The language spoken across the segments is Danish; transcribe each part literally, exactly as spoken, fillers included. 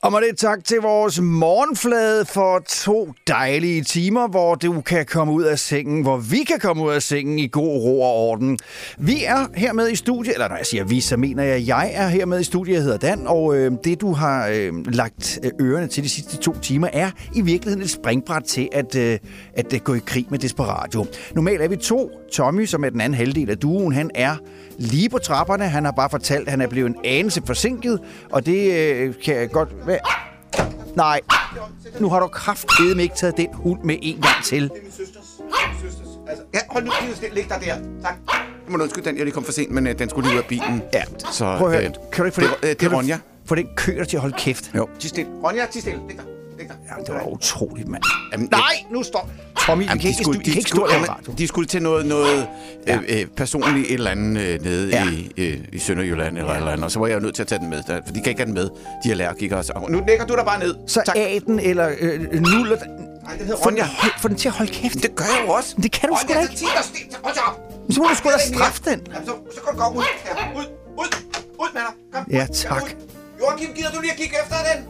Og med det tak til vores morgenflade for to dejlige timer, hvor du kan komme ud af sengen, hvor vi kan komme ud af sengen i god ro og orden. Vi er hermed i studiet, eller når jeg siger vi, så mener jeg, at jeg er hermed i studiet. Jeg hedder Dan, og øh, det du har øh, lagt ørerne til de sidste to timer, er i virkeligheden et springbræt til at, øh, at øh, gå i krig med Desperatio. Normalt er vi to. Tommy, som er den anden halvdel af duoen, han er lige på trapperne. Han har bare fortalt, at han er blevet en anelse forsinket, og det øh, kan jeg godt... Hvad? Nej, nu har du kraftedeme ikke taget den hund med en gang til. Det er min søsters. Min søsters. Altså, ja, hold nu lige stille. Læg dig der. Tak. Jeg må undskylde den, jeg lige kom for sent, men uh, den skulle lige ud af bilen. Ja, så prøv at høre. Øh, kan du ikke få det, det, øh, det er Ronja. For den kører til at holde kæft. Jo. Tig stille. Ronja, tig stille. Læg dig. Læg dig. Ja, det var utroligt, mand. Jamen, Nej, nu står... Tommy, jamen, vi kan ikke, skulle, vi kan ikke stå skulle, der jamen, de skulle til noget, noget ja. øh, øh, personligt et eller andet øh, nede ja. i, øh, i Sønderjylland eller ja. eller andet, og så var jeg jo nødt til at tage den med, der, for de kan ikke have den med, de allergikere. Så nu lægger du der bare ned. Så tak. Aden eller øh, nuller... Nej, den hedder få Ronja. Den, få den til at holde kæft. Det gør jeg jo også. Men det kan du sgu da ikke. Hold så op. Så må du sgu da straffe den. Jamen, så, så kan du gå ud her. Ud, ud, ud med dig. Kom. Ja, tak. Joachim, gider du lige at kigge efter den?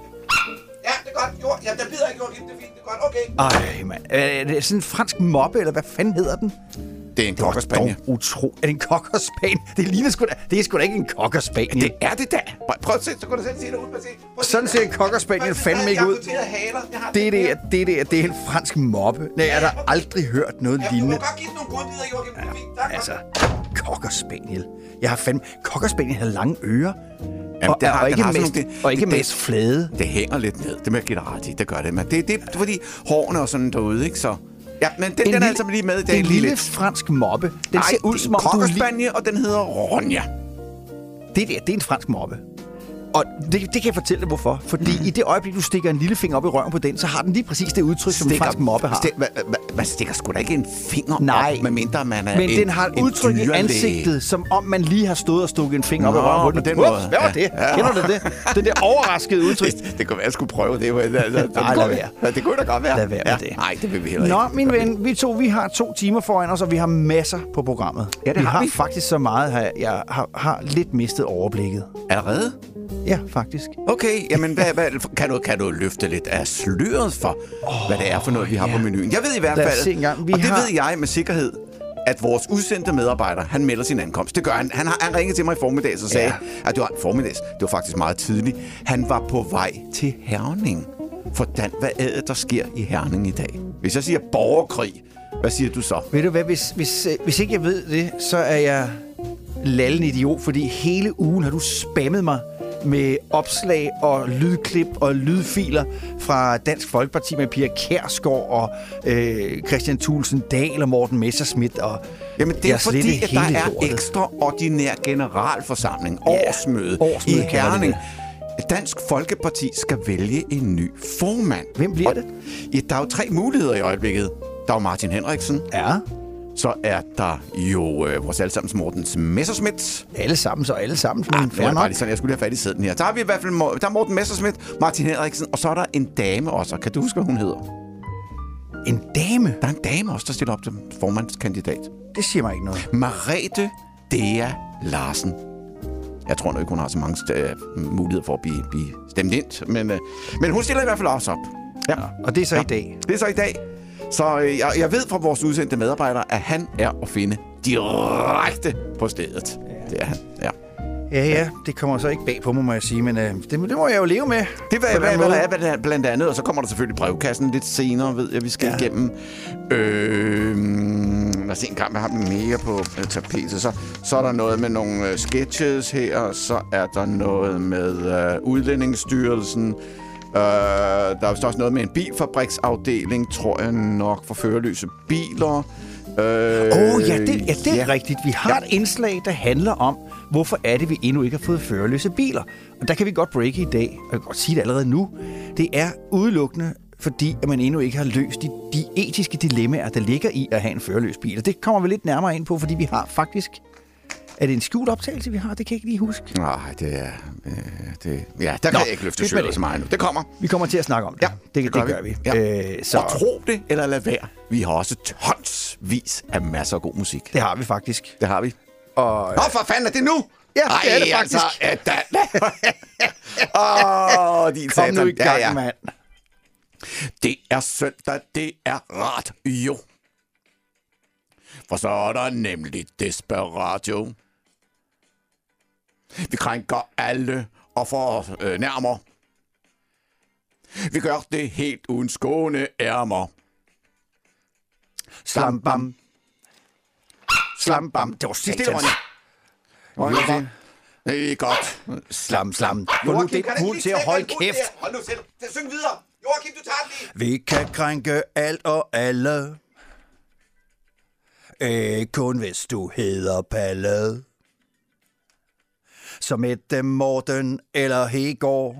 Ja, det er godt. Jo, ja, der bider ikke, Joachim. Det er fint, det er godt. Okay. Ej, mand. Er det sådan en fransk mobbe, eller hvad fanden hedder den? Det er en cockerspaniel. Utro. Er det en cockerspaniel? Det ligner sgu da. Det er sgu da ikke en cockerspaniel. Det er det da. Prøv at se, så kan du selv se det ud. Sådan ser en cockerspaniel fandme ikke ud. Det der, det der, det er en fransk mobbe. Nej, jeg har aldrig hørt noget lignende. Du må godt give den nogle godbidder, Joachim. Det er fint. Tak. Altså, cockerspaniel. Jeg har fandme... Cockerspaniel har lange ører. Jamen, og, det har, og ikke har mest, det, og ikke det, mest flade. Det hænger lidt ned. Det må jeg give dig ret i. Det gør det. Men det, det er fordi hårene og sådan derude, ikke så... Ja, men den, den lille, er altså lige med. Det er en en lille lille fransk mobbe. Den Ej, ser ud som om du... cockerspaniel, og den hedder Ronja. Det der, det er en fransk mobbe. Og det, det kan jeg fortælle dig, hvorfor. Fordi mm. i det øjeblik, du stikker en lille finger op i røven på den, så har den lige præcis det udtryk, stikker, som en fransk mobbe har. Stik, man stikker sgu da ikke en finger Nej, op, medmindre man er men en, den har et udtryk i ansigtet, som om man lige har stået og stukket en finger Nå, op i røven på den. den måde. Hvad var det? Ja. Kender du det? Den der overraskede udtryk. Det, det kunne være, at jeg skulle prøve det. Altså, Nej, lad være. Ja, det kunne da godt være. Lad være med ja. det. Nej, det vil vi heller Nå, ikke. min ven, vi to, vi har to timer foran os, og vi har masser på programmet. Ja, det vi har har vi. faktisk så meget, at jeg har, har lidt mistet overblikket. Allerede? Ja, faktisk. Okay, jamen hvad, hvad, kan, du, kan du løfte lidt af sløret for, oh, hvad det er for noget, vi har ja. på menuen? Jeg ved i hvert Lad os fald, se engang. Vi og det har... ved jeg med sikkerhed, at vores udsendte medarbejder, han melder sin ankomst. Det gør han. Han, har, han ringede til mig i formiddags og sagde, ja. at det var formiddags, det var faktisk meget tidligt. Han var på vej til Herning. Hvordan, hvad er det, der sker i Herning i dag? Hvis jeg siger borgerkrig, hvad siger du så? Ved du hvad, hvis, hvis, hvis ikke jeg ved det, så er jeg lallen idiot, fordi hele ugen har du spammet mig med opslag og lydklip og lydfiler fra Dansk Folkeparti med Pia Kjærsgaard og øh, Christian Thulesen Dahl og Morten Messerschmidt. Og Jamen det er fordi, at der er lortet. Ekstraordinær generalforsamling, ja, årsmøde, årsmøde i Herning. Dansk Folkeparti skal vælge en ny formand. Hvem bliver og, det? Ja, der er jo tre muligheder i øjeblikket. Der er jo Martin Henriksen. Ja. Så er der jo øh, vores allesammens Mortens Messerschmidt. Alle sammen, så alle sammen. Ah, nu er det bare lige sådan, jeg skulle lige have fat i sæden her. Der har vi i hvert fald der er Morten Messerschmidt, Martin Henriksen, og så er der en dame også. Kan du huske, hvad hun hedder? En dame? Der er en dame også, der stiller op til formandskandidat. Det siger mig ikke noget. Merete Dea Larsen. Jeg tror nok ikke, hun har så mange st- muligheder for at blive, blive stemt ind, men, øh, men hun stiller i hvert fald også op. Ja, og det er så ja. i dag. Det er så i dag. Så øh, jeg, jeg ved fra vores udsendte medarbejdere, at han er at finde direkte på stedet. Ja. Det er han, ja. Ja, ja, det kommer så ikke bag på mig, må jeg sige, men øh, det, det må jeg jo leve med. Det er, hvad, hvad der er hvad blandt andet, og så kommer der selvfølgelig brevkassen lidt senere, ved jeg, vi skal ja. igennem. Øh, lad os se en gang, hvad har vi mere på øh, tapetet. Så, så er der noget med nogle øh, sketches her, så er der noget med øh, Udlændingsstyrelsen. Uh, der er også noget med en bilfabriksafdeling, tror jeg nok, for førerløse biler. Åh, uh, oh, ja, det, ja, det er ja. rigtigt. Vi har ja. et indslag, der handler om, hvorfor er det, vi endnu ikke har fået førerløse biler. Og der kan vi godt breake i dag, og jeg kan godt sige det allerede nu. Det er udelukkende, fordi at man endnu ikke har løst de, de etiske dilemmaer, der ligger i at have en førerløs bil. Og det kommer vi lidt nærmere ind på, fordi vi har faktisk... Er det en skjult optagelse, vi har? Det kan jeg ikke lige huske. Nej, det er... Øh, det, ja, der kan Nå, jeg ikke løfte sløret så meget nu. Det kommer. Vi kommer til at snakke om det. Ja, det, det, det gør gør vi. vi. Ja. Øh, så... Og tro det, eller lad være. Vi har også tonsvis af masser af god musik. Det har vi faktisk. Det har vi. Og... Nå, for fanden er det nu? Ja, det er det faktisk. Altså, Åh, oh, din Kom nu i gang, ja, ja. mand. Det er søndag, det er radio. For så er der nemlig Desperatio. Vi krænker alle og fornærmer. Vi gør det helt uden skåne ærmer. Slam bam. Slam bam. Det var satans. Ronja. Det er godt. Slam slam. Få nu den hund til at holde kæft. Hold nu selv. Syng videre. Joachim, du tager den lige. Vi kan krænke alt og alle. Ikke kun hvis du hedder Palle. Som Mette, Morten eller Hegård.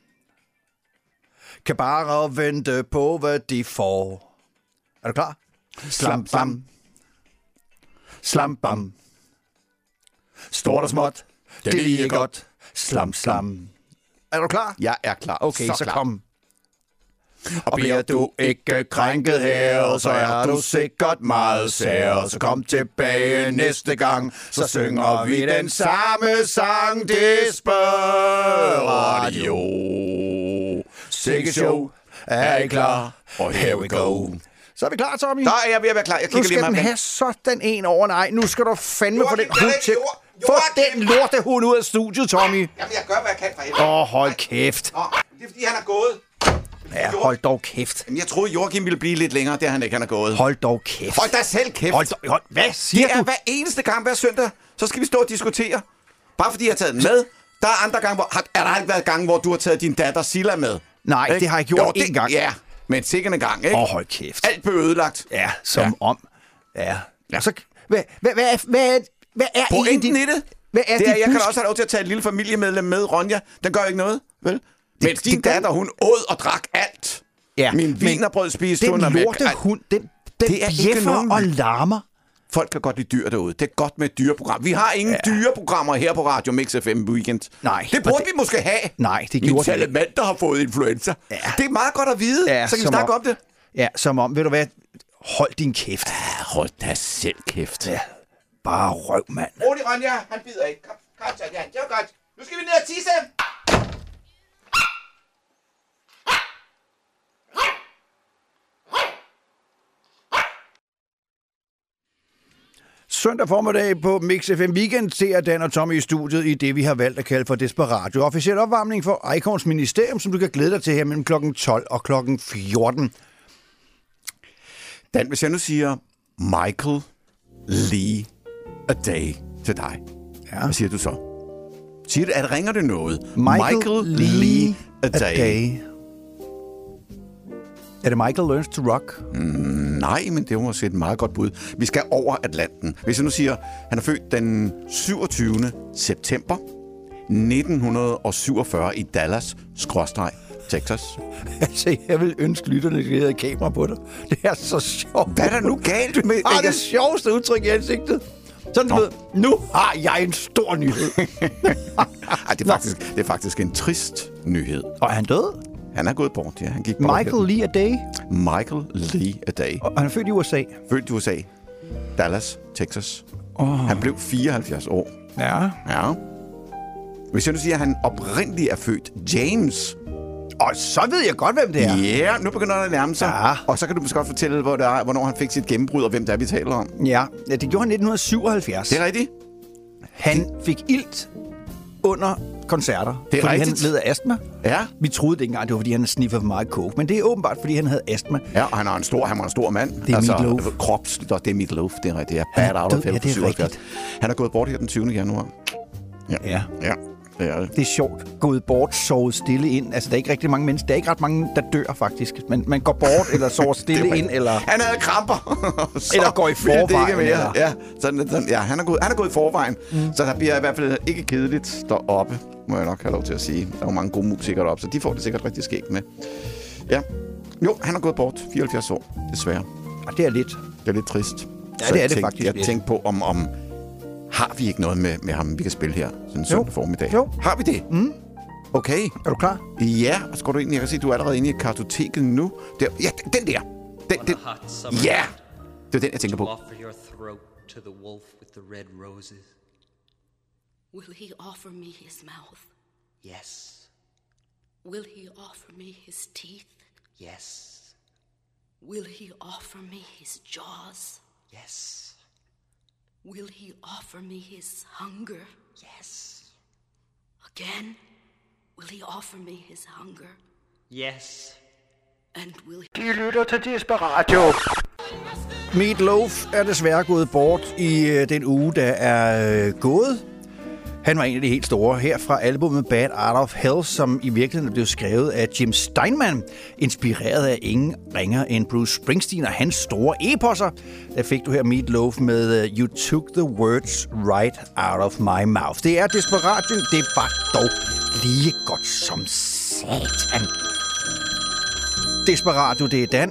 Kan bare vente på, hvad de får. Er du klar? Slam, slam. Slam, bam. Stort og småt. Det er lige godt. Slam, slam. Er du klar? Jeg er klar. Okay, så, så klar. kom. Og bliver du ikke krænket her, så er du sikkert meget sær. Så kom tilbage næste gang, så synger vi den samme sang. Desperatio. Sikke show. Er I klar? Og here we go. Så er vi klar, Tommy. Der er jeg ved at være klar. Jeg Nu kigger skal lige den med have sådan en over. Nej, nu skal du fandme få den Joachim, hund det er til. Jo- Få Joachim! den lortehund ud af studiet, Tommy. Jamen, jeg gør, hvad jeg kan for helvede. Åh, oh, hold kæft. Nå, det er fordi, han er gået. Ja, hold dog kæft. Jamen, jeg troede, Joachim ville blive lidt længere, det er han ikke, han er gået. Hold dog kæft. Hold dig selv kæft. Hold dog, hold. Hvad siger Det er du? hver eneste gang hver søndag, så skal vi stå og diskutere. Bare fordi jeg har taget den med. Der er andre gange, hvor... Har, er der ikke været gange, hvor du har taget din datter Silla med? Nej, Ikke? det har jeg gjort Jo, det, én gang. Ja, men sikkert en gang, ikke? Åh, oh, hold kæft. Alt blev ødelagt. Ja, som Ja. om. Ja. Ja. Så, hvad, hvad, hvad, er- hvad, er- hvad er Pointen egentlig i det, Hvad er det er, dit jeg kan bus- da også have lov til at tage et lille familiemedlem med, Ronja. Den gør ikke noget, vel? Mens det din gør- datter, hun åd og drak alt. Ja, Min men wienerbrød spiste hun. Den og med- lorte hund, den, den Det er ikke bjeffer nogen- og larmer. Folk kan godt lide dyr derude. Det er godt med et dyreprogram. Vi har ingen ja. dyreprogrammer her på Radio Mix F M Weekend. Nej. Det burde Og det- vi måske have. Nej, det Min gjorde det ikke. salamander har fået influenza. Ja. Det er meget godt at vide. Ja, Så kan vi som snakke om- om det. Ja, som om, ved du hvad, hold din kæft. Ja, hold da selv kæft. Ja, bare røv, mand. Rolig, Ronja. Han bider ikke. Kom, kom, så, ja. Det var godt. Nu skal vi ned og tisse. Søndag formiddag på Mix F M Weekend ser Dan og Tommy i studiet i det, vi har valgt at kalde for Desperatio. Officiel opvarmning for Icons Ministerium, som du kan glæde dig til her mellem klokken tolv og klokken fjorten. Dan, hvis jeg nu siger Michael Lee A Day til dig, Ja. hvad siger du så? Siger du, at ringer det noget? Michael, Michael Lee, Lee A A Day. Day. Er det Michael Learns to Rock? Mm, nej, men det var måske et meget godt bud. Vi skal over Atlanten. Hvis jeg nu siger, han er født den syvogtyvende september nitten syvogfyrre i Dallas, skråstreg, Texas. Altså, jeg vil ønske lytterne, at de havde kamera på dig. Det er så sjovt. Hvad er der nu galt med... Ah, det sjoveste udtryk i ansigtet. Sådan, du ved, nu har jeg en stor nyhed. Ej, det, er faktisk, det er faktisk en trist nyhed. Og er han død? Han er gået bort, ja. Han gik bort. Michael Lee A Day. Michael Lee A Day. Og han er født i U S A. Født i U S A. Dallas, Texas. Oh. Han blev fireoghalvfjerds år. Ja. Ja. Hvis jeg nu siger, at han oprindeligt er født James. Og så ved jeg godt, hvem det er. Ja, yeah, nu begynder det at nærme sig. Ja. Og så kan du måske godt fortælle, hvor der er, hvornår han fik sit gennembrud, og hvem det er, vi taler om. Ja, ja det gjorde han i nitten syvoghalvfjerds. Det er rigtigt. Han fik ilt under koncerter. Det er fordi rigtigt. han led af astma. Ja. Vi troede det ikke engang, det var, fordi han sniffede for meget coke. Men det er åbenbart, fordi han havde astma. Ja, og han er en stor, han var en stor mand. Det er Meatloaf. Kropsligt, og det er Meatloaf, det er rigtigt. Ja, Han er bad out død, of ja, det er syvoghalvfjerds. rigtigt. Han er gået bort her den tyvende januar. Ja. Ja. Ja, det er det. Det er sjovt. Gået bort, sovet stille ind. Altså, der er ikke rigtig mange mennesker. Der er ikke ret mange, der dør, faktisk. Men man går bort, eller sover stille ind, eller... Han havde kramper. Så Eller går i ville det forvejen, ikke mere. eller- Ja, sådan, sådan, ja han, er gået, han er gået i forvejen. Mm. Så der bliver i hvert fald ikke kedeligt deroppe, må jeg nok have lov til at sige. Der er jo mange gode musikere deroppe, så de får det sikkert rigtig skægt med. Ja. Jo, han er gået bort. fireoghalvfjerds år, desværre. Og det er lidt. Det er lidt trist. Ja, Så det er jeg det tænkte, faktisk Jeg lidt. tænkte på, om, om har vi ikke noget med, med ham, vi kan spille her sådan en søndag formiddag? Jo. Har vi det? Mm. Okay. Er du klar? Ja, og så går du ind. Jeg kan se, du er allerede inde i kartoteket nu. Der. Ja, den der. Den, den. Ja, det er den, jeg tænker på. Offer your throat to the wolf with the red roses. Will he offer me his mouth? Yes. Will he offer me his teeth? Yes. Will he offer me his jaws? Yes. Will he offer me his hunger? Yes. Again, will he offer me his hunger? Yes. And will he... De lytter til Desperatio. Meat Loaf er desværre gået bort i øh, den uge, der er øh, gået. Han var en af de helt store her fra albumet Bad Art of Hell, som i virkeligheden blev skrevet af Jim Steinman, inspireret af ingen ringer end Bruce Springsteen og hans store eposser. Der fik du her Meat Loaf med uh, You Took the Words Right Out of My Mouth. Det er Desperatio, det var dog lige godt som satan. Desperatio, det er Dan.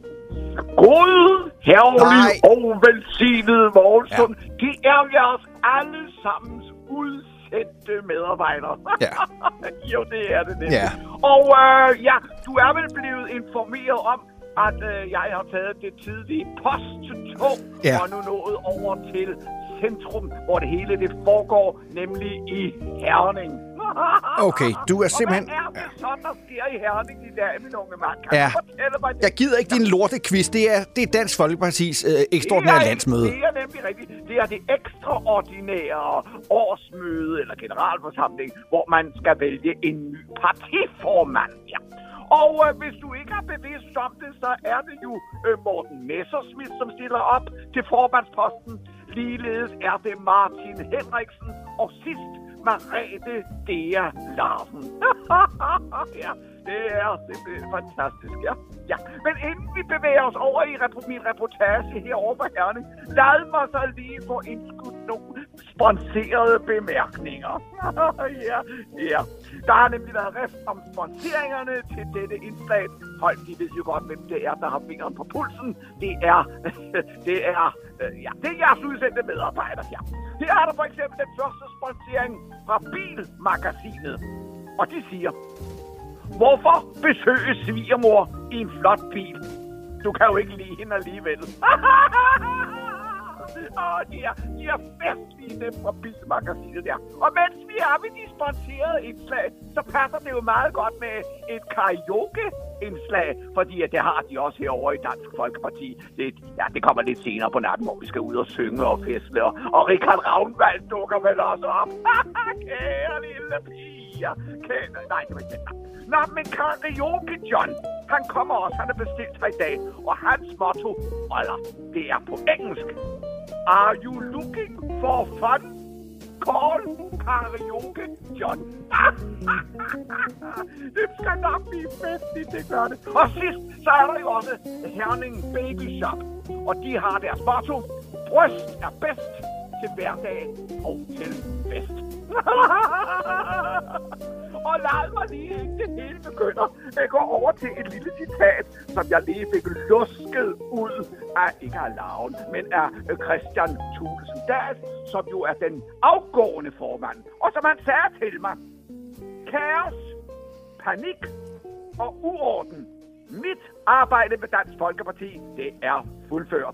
God, herlig Nej. og velsignet morgenstund. Ja. Det er jeres allesammens udsendte medarbejdere. Ja. Jo, det er det nemlig. Ja. Og øh, ja, du er vel blevet informeret om, at øh, jeg har taget det tidlige posttog Ja. og nu nået over til centrum, hvor det hele det foregår, nemlig i Herning. Okay, du er simpelthen... Og hvad er det så, der sker i Herning i dag, min unge mand? Kan Ja. du fortælle mig det? Jeg gider ikke din lortequiz. Det er, det er Dansk Folkepartis øh, ekstraordinære Det er- landsmøde. Det er nemlig rigtigt. Det er det ekstraordinære årsmøde eller generalforsamling, hvor man skal vælge en ny partiformand. Ja. Og øh, hvis du ikke er bevidst om det, så er det jo øh, Morten Messerschmidt, som stiller op til formandsposten. Ligeledes er det Martin Henriksen og sidst Merete Dea Larsen. Ja, det er simpelthen fantastisk, ja. ja. Men inden vi bevæger os over i rep- min reportage herovre på Herning, lad mig så lige få indskudt nogle sponserede bemærkninger. ja, ja. Der har nemlig været rift om sponseringerne til dette indslag. Folk, de ved jo godt, hvem det er, der har fingeren på pulsen. Det er, det er, øh, ja, det er jeres udsendte medarbejdere her. Her er der for eksempel den første sponsering fra Bilmagasinet. Og de siger, hvorfor besøge svigermor i en flot bil? Du kan jo ikke lide hende alligevel. Åh, de er, de er festlige, dem fra Bilmagasinet der. Og mens vi er ved de sponserede indslag, så passer det jo meget godt med et karaoke-indslag, fordi at det har de også herovre i Dansk Folkeparti. Det, ja, det kommer lidt senere på natten, hvor vi skal ud og synge og festle, og, og Richard Ravnvald dukker vel også op. Kære lille piger. Kære, nej, det var ikke det. Nå, men karaoke John, han kommer også, han er bestilt her i dag, og hans motto, eller det er på engelsk. Are you looking for fun? Call karaoke John. Det skal nok blive festligt, det gør det. Og sidst, så er der jo også Herning Baby Shop, og de har deres motto, bryst er bedst til hverdag og til fest. Og lad mig lige, inden det hele begynder, at gå over til et lille citat, som jeg lige fik lusket ud af, ikke af Laven, men af Christian Thulesen Dahl, som jo er den afgående formand. Og som han sagde til mig, kaos, panik og uorden. Mit arbejde med Dansk Folkeparti, det er fuldført.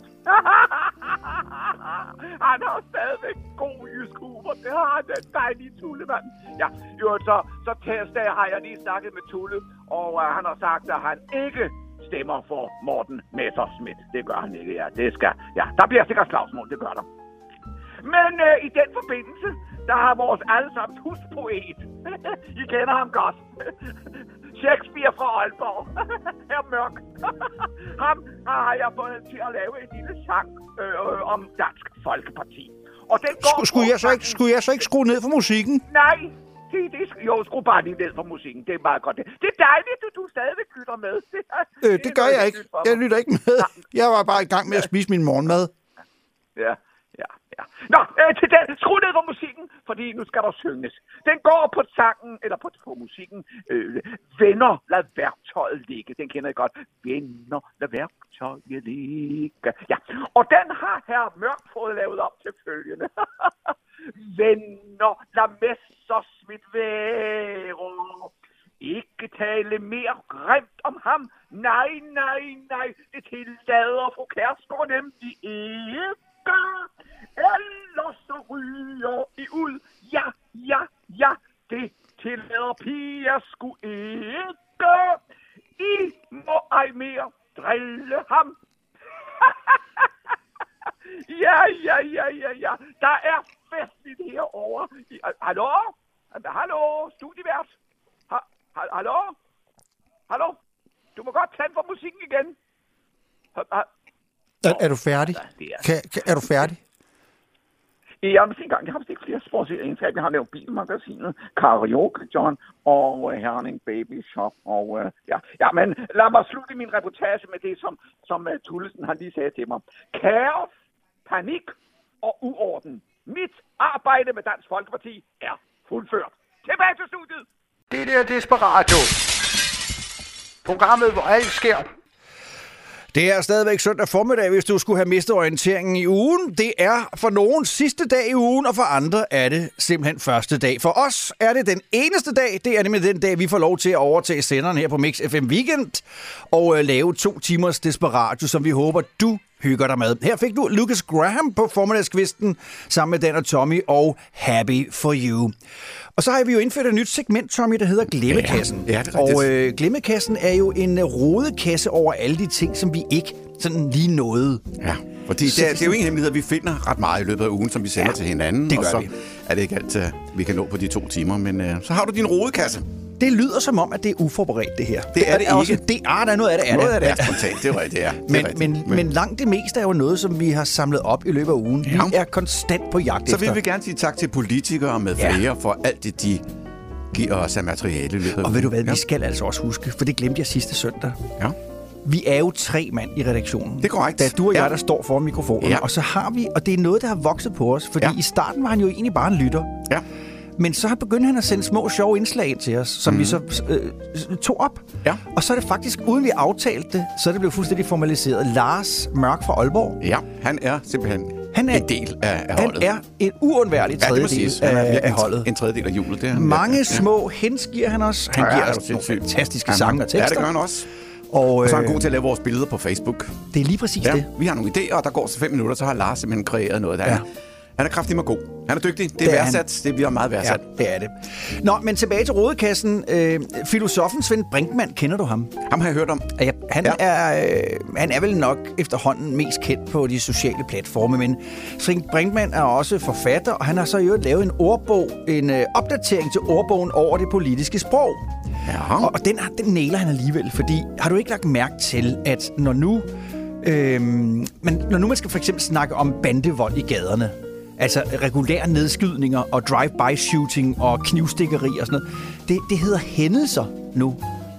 Han har stadigvæk god jysk humor. Det har han, den dejlige Tullemand. Ja, jo, så, så tirsdag har jeg lige snakket med Tulle, og uh, han har sagt, at han ikke stemmer for Morten Messerschmidt. Det gør han ikke, ja. Det skal, ja, der bliver sikkert slagsmål, det gør der. Men uh, i den forbindelse, der har vores allesammens huspoet. I kender ham godt. Shakespeare fra Aalborg. Herr Mørk. Ham har jeg fået til at lave en lille sang øh, om Dansk Folkeparti. Og den går Skulle, skulle, jeg så ikke, skulle jeg så ikke skrue ned for musikken? Nej, det, det, jo, skru bare lige ned for musikken. Det er meget godt. Det er dejligt, at du stadigvæk lytter med. Det, er, Øh, det, det gør jeg ikke. Jeg lytter ikke med. Jeg var bare i gang med at spise min morgenmad. Ja, ja, ja. Nå, øh, til den. Skru ned for musikken, fordi nu skal der synges. Den går på sangen, eller på, på musikken. Øh, venner, lad værktøjet ligge. Den kender jeg godt. Venner, lad værktøjet ligge. Ja, og den har herr Mørk fået lavet op til følgende. Venner, lad Messerschmidt være. Ikke tale mere grimt om ham. Nej, nej, nej. Det tillader fru Kjærsgaard nemlig ikke. Ellers så ryger I ud. Ja, andre piger skulle ikke. I må ej mere drille ham. Ja, ja, ja, ja, ja. Der er festligt herovre. I- Hallo? Hallo? Studievært? Ha- ha- Hallo? Hallo? Du må godt tænde for musikken igen. Ha- ha- Er, er du færdig? det er- Kan, kan, er du færdig? Jeg har en gang, jeg har vist ikke flere sportslige egenskaber. Jeg har lavet bilmagasinet, Karaoke John og uh, Herning Baby Shop. Og uh, ja. ja, men lad mig slutte min reportage med det, som, som uh, Tullesen han lige sagde til mig. Kaos, panik og uorden. Mit arbejde med Dansk Folkeparti er fuldført. Tilbage til studiet. Det der Desperatio. Programmet, hvor alt sker. Det er stadigvæk søndag formiddag, hvis du skulle have mistet orienteringen i ugen. Det er for nogen sidste dag i ugen, og for andre er det simpelthen første dag. For os er det den eneste dag. Det er nemlig den dag, vi får lov til at overtage senderen her på Mix F M Weekend og uh, lave to timers Desperatio, som vi håber, du hygger dig med. Her fik du Lucas Graham på formiddagskvisten sammen med Dan og Tommy og Happy for You. Og så har vi jo indført et nyt segment, Tommy, der hedder Glemmekassen. Ja, ja, det er rigtigt. og øh, Glemmekassen er jo en rodekasse over alle de ting, som vi ikke sådan lige nåede. Ja, fordi det er, det er jo ingen hemmelighed, at vi finder ret meget i løbet af ugen, som vi sender Ja, til hinanden. det gør og så vi. er det ikke altid, vi kan nå på de to timer, men øh, så har du din rodekasse. Det lyder som om, at det er uforberedt, det her. Det er det også, ikke. det er der noget af det. Er Noget af det er Ja. spontant, det er rigtigt, ja. Det er Men, rigtigt. men, men langt det meste er jo noget, som vi har samlet op i løbet af ugen. Ja. Vi er konstant på jagt Så efter. vil vi gerne sige tak til politikere med Ja. flere for alt det, de giver os af materiale i løbet af Og ved du hvad, ugen. vi skal altså også huske, for det glemte jeg sidste søndag. Ja. Vi er jo tre mand i redaktionen. Det er korrekt. Der er du og jeg, Ja. der står foran mikrofonen. Ja. Og så har vi, og det er noget, der har vokset på os. Fordi Ja. i starten var han jo egentlig bare en lytter. Ja. Men så har begyndt han at sende små sjove indslag ind til os, som mm. vi så øh, tog op. Ja. Og så er det faktisk, uden vi aftalte det, så er det blevet fuldstændig formaliseret. Lars Mørk fra Aalborg. Ja, han er simpelthen Han er, en del af, af han holdet. er en uundværlig Ja, det må tredjedel siges. Han er af, virkelig af en- holdet. En tredjedel af julet, det er han. Mange Ja. små hints giver han os. Han Ja, giver ja, os det er nogle sindssygt. fantastiske Han- sange og tekster. Ja, det gør han også. Og, Og så er øh, han god til at lave vores billeder på Facebook. det er lige præcis Ja, det. vi har nogle idéer, og der går så fem minutter, så har Lars simpelthen kreeret noget. Der Ja. ja. Han er kraftig med god. Han er dygtig. Det er, Det er værdsat. Det bliver meget Ja, værdsat. det er det. Nå, men tilbage til rodekassen. Øh, filosofen Svend Brinkmann, kender du ham? Ham har jeg hørt om. Ja, han, Ja. er, øh, han er vel nok efterhånden mest kendt på de sociale platforme, men Svend Brinkmann er også forfatter, og han har så i øvrigt lavet en ordbog, en øh, opdatering til ordbogen over det politiske sprog. Ja. Og, og den, den nailer han alligevel, fordi har du ikke lagt mærke til, at når nu, øh, man, når nu man skal for eksempel snakke om bandevold i gaderne, altså regulære nedskydninger og drive-by-shooting og knivstikkeri og sådan noget, det, det hedder hændelser nu.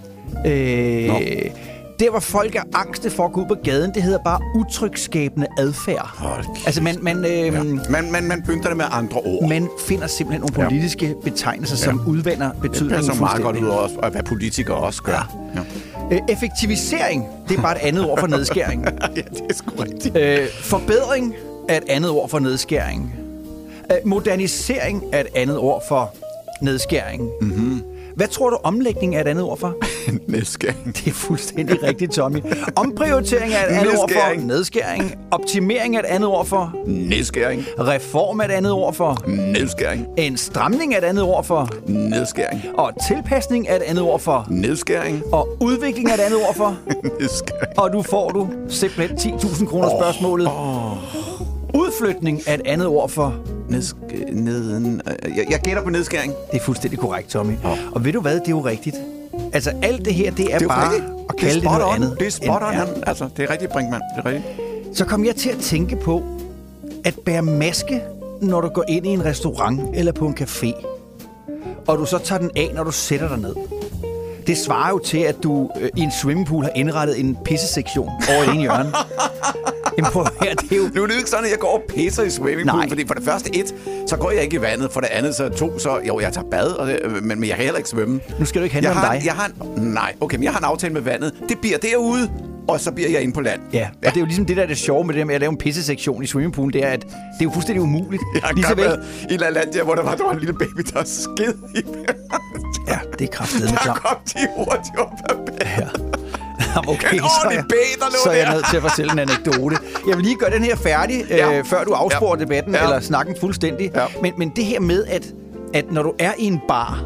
Øh, der, hvor folk er angste for at gå ud på gaden, det hedder bare utrygskabende adfærd. Hold kæft. Altså, man, man, øh, Ja. Man, man, man pynter det med andre ord. man finder simpelthen nogle Ja. politiske betegnelser, som Ja. udvander Det betydningen passer meget godt ud fuldstændig. også, at hvad politikere også gør. Ja. Øh, effektivisering, det er bare et andet ord for nedskæring. Ja, det er sgu rigtigt. Øh, forbedring er et andet ord for nedskæring. Øh, modernisering er et andet ord for nedskæring. Mm-hmm. Hvad tror du, omlægning er et andet ord for? Nedskæring. Det er fuldstændig rigtigt, Tommy. Omprioritering er et andet ord for Nedskæring. nedskæring. Optimering er et andet ord for Nedskæring. reform er et andet ord for Nedskæring. en stramning er et andet ord for Nedskæring. og tilpasning er et andet ord for Nedskæring. og udvikling er et andet ord for. Nedskæring. Og du får du simpelthen ti tusind kroner spørgsmålet. Oh. Udflytning er et andet ord for. Nedsk- neden. Jeg, jeg gætter på nedskæring. Det er fuldstændig korrekt, Tommy. Oh. Og ved du hvad, det er jo rigtigt. Altså alt det her, det er, Det er jo bare rigtigt. at Det er kalde det, spot noget on. andet. Det er spot on. end- Han. Altså, det er rigtigt, Brinkmann. Det er rigtigt. Så kom jeg til at tænke på at bære maske, når du går ind i en restaurant eller på en café. Og du så tager den af, når du sætter dig ned. Det svarer jo til, at du øh, i en swimmingpool har indrettet en pissesektion over i en hjørne. Jamen prøv her, det er jo... Nu er det jo ikke sådan, at jeg går og pisser i swimmingpool, Nej. fordi for det første et, så går jeg ikke i vandet. For det andet, så to, så jo, jeg tager bad, og det, men, men jeg kan heller ikke svømme. Nu skal du ikke handle jeg om har, dig. Jeg har en, nej, okay, men jeg har en aftale med vandet. Det bliver derude, og så bliver jeg inde på land. Ja, og det er jo ligesom det, der er det sjove med det der med at lave en pissesektion i swimmingpoolen, det er, at det er jo fuldstændig umuligt. Jeg har Lige så engang vel. været i LaLandia, hvor der var, der var en lille baby, der sked i. Ja, det er kraftedeme Der klart. kom de hurtigt op af badet. Ja. Jamen, okay, En så er, ordentlig jeg, bag, der lå så er jeg der. nødt til at fortælle en anekdote. Jeg vil lige gøre den her færdig, Ja. øh, før du afsporer Ja. debatten, Ja. eller snakken fuldstændig. Ja. Men, men det her med, at, at når du er i en bar,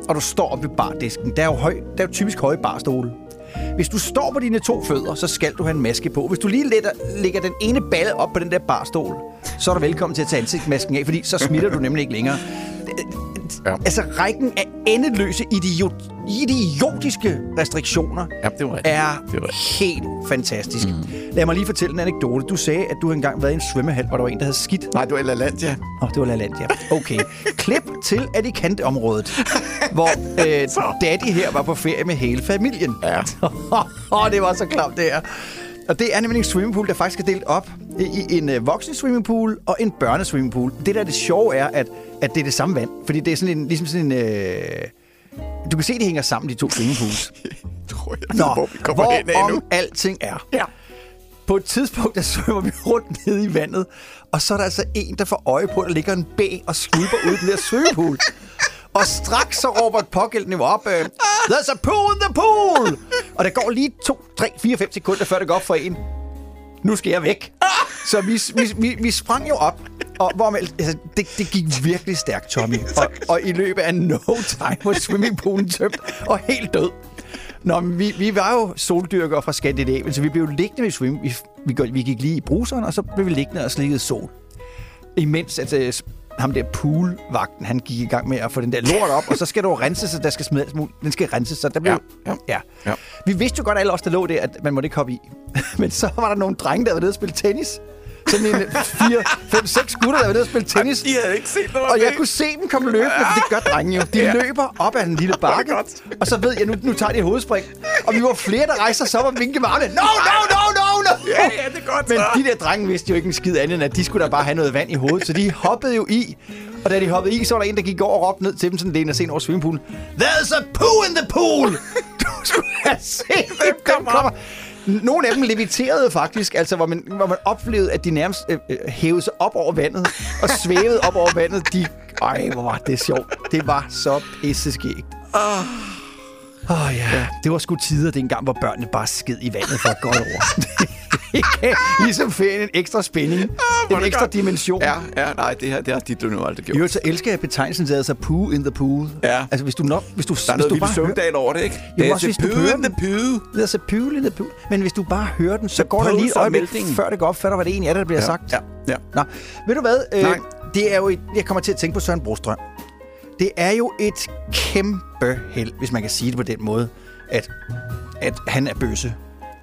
og du står op ved bardisken. Der er jo, høj, der er jo typisk høje barstole. Hvis du står på dine to fødder, så skal du have en maske på. Hvis du lige lægger, lægger den ene balle op på den der barstol, så er du velkommen til at tage ansigtsmasken af, fordi så smitter du nemlig ikke længere. Ja. Altså, rækken af endeløse idiot, idiotiske restriktioner ja, det var er det var helt fantastisk. Mm. Lad mig lige fortælle en anekdote. Du sagde, at du engang været i en svømmehal, hvor der var en, der havde skidt. Nej, det var LaLandia. Åh, oh, det var LaLandia. Okay. Klip til Alicante-området, hvor øh, Daddy her var på ferie med hele familien. Ja. Åh, oh, det var så klamt, det her. Og det er nemlig en swimmingpool, der faktisk er delt op i en øh, voksen swimmingpool og en børneswimmingpool. Det der det sjove er, at, at det er det samme vand. Fordi det er sådan en, ligesom sådan en... Øh, du kan se, de hænger sammen, de to swimmingpools. Tror jeg, Nå, hvor vi kommer hvor hen af nu. om alting er. Ja. På et tidspunkt, der svømmer vi rundt ned i vandet, og så er der altså en, der får øje på, at der ligger en bæ og skvulper ud i den der swimmingpool. Og straks så råber et pågældende op, øh, there's a pool in the pool! Og der går lige to, tre, fire, fem sekunder, før det går op for en. Nu skal jeg væk. Så vi, vi, vi, vi sprang jo op, og hvor man, altså, det, det gik virkelig stærkt, Tommy. Og, og i løbet af no time var swimmingpoolen tømt og helt død. Nå, men vi, vi var jo soldyrkere fra Skandinavien, så vi blev liggende ved swimming. Vi, vi, vi gik lige i bruseren, og så blev vi liggende og slikket sol. Imens at uh, ham der poolvagten, han gik i gang med at få den der lort op, og så skal du rense, så der skal smides smule. Den skal renses, så der blev... Ja, ja, ja. ja. Vi vidste jo godt, alle os, der lå der, at man måtte ikke hoppe i. Men så var der nogle drenge, der var nede og spille tennis. Sådan en fire, fem, seks gutter, der var nede og spille tennis. De havde ikke set noget. Og jeg kunne se dem komme løbende, for det gør drenge jo. De ja. løber op ad en lille bakke, og så ved jeg, nu, nu tager de et hovedspring. Og vi var flere, der rejser sig op og vinke med armene. No, no, no, no, no! Ja, ja, det er godt. Men de der drenge vidste jo ikke en skid andet, end at de skulle da bare have noget vand i hovedet. Så de hoppede jo i. Og da de hoppede i, så var der en, der gik over og råbte ned til dem, sådan det ene og sen over swimmingpoolen. There's a poo in the pool! Du skulle have set dem kommer. Nogle af dem leviterede faktisk, altså hvor man, hvor man oplevede, at de nærmest øh, hævede sig op over vandet og svævede op over vandet. De, ej, hvor var det sjovt. Det var så pisseskægt. Åh, oh. oh, ja. Det var sgu tider dengang, hvor børnene bare sked i vandet for et godt ord. Ligesom ferien, en ekstra spænding. Oh, en ekstra godt. Dimension. Ja, ja, nej, det her, det har de du nu aldrig gjort. Jo, så elsker jeg betegnelsen til, altså poo in the pool. Ja. Altså, hvis du nok... Hvis du, der er noget Vilde Søvndal over det, ikke? Jo, også, hvis du hører den. There's a pool in the pool. Men hvis du bare hører den, så går der lige et øjeblik, før det går op, før der var det egentlig af det, der bliver ja, sagt. Ja, ja. Nå, ved du hvad? Nej. Øh, det er jo et, jeg kommer til at tænke på Søren Brostrøm. Det er jo et kæmpe held, hvis man kan sige det på den måde, at, at han er bøsse.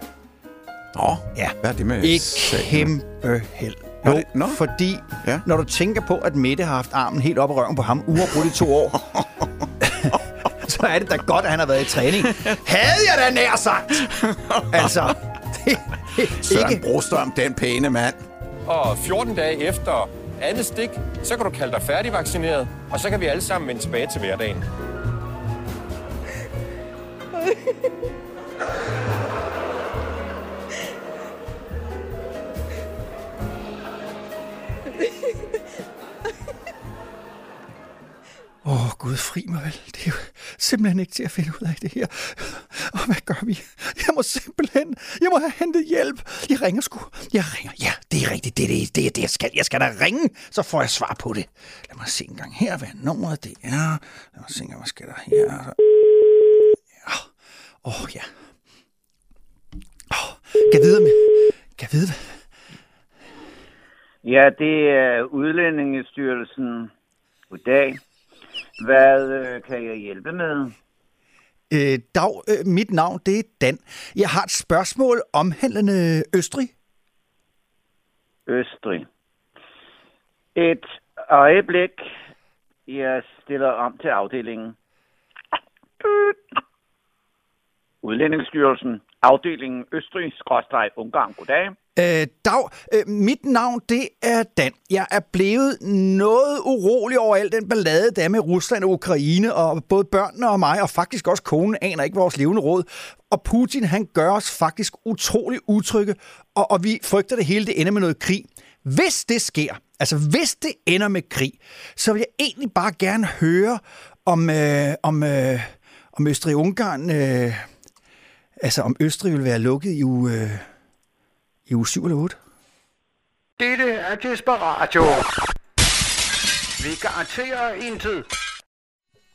Nå, ja. Hvad er det med? Et kæmpe held. Jo, Nå? fordi ja. når du tænker på, at Mette har haft armen helt op i røven på ham uafbrudt i to år, så er det da godt, at han har været i træning. Havde jeg da nær sagt! Altså, det, det, Søren ikke... Brostrøm, den pæne mand. Og fjorten dage efter andet stik, så kan du kalde dig færdigvaccineret, og så kan vi alle sammen vende tilbage til hverdagen. Åh, oh, Gud, fri mig vel. Det er jo simpelthen ikke til at finde ud af det her. Og hvad gør vi? Jeg må simpelthen... Jeg må have hentet hjælp. Jeg ringer sgu. Jeg ringer. Ja, det er rigtigt. Det er det, det, det, jeg skal. Jeg skal da ringe, så får jeg svar på det. Lad mig se en gang her, hvad nummeret det er. Lad mig se en gang, hvad skal der her. Ja. Åh, oh, ja. Åh, oh, kan jeg vide, kan jeg vide, Ja, det er Udlændingestyrelsen. Goddag. Hvad øh, kan jeg hjælpe med? Øh, Dag, øh, mit navn, det er Dan. Jeg har et spørgsmål omhandlende Østrig. Østrig. Et øjeblik. Jeg stiller om til afdelingen. Udlændingsstyrelsen. Afdelingen Østrig-Ungarn. Goddag. Øh, Dag, øh, mit navn, det er Dan. Jeg er blevet noget urolig over al den ballade, der er med Rusland og Ukraine, og både børnene og mig, og faktisk også konen, aner ikke vores levende råd. Og Putin, han gør os faktisk utrolig utrygge, og, og vi frygter det hele, det ender med noget krig. Hvis det sker, altså hvis det ender med krig, så vil jeg egentlig bare gerne høre om, øh, om, øh, om Østrig-Ungarn, øh, altså om Østrig vil være lukket i uge... Øh, I uge syv eller otte? Dette er Desperatio. Vi garanterer en tid.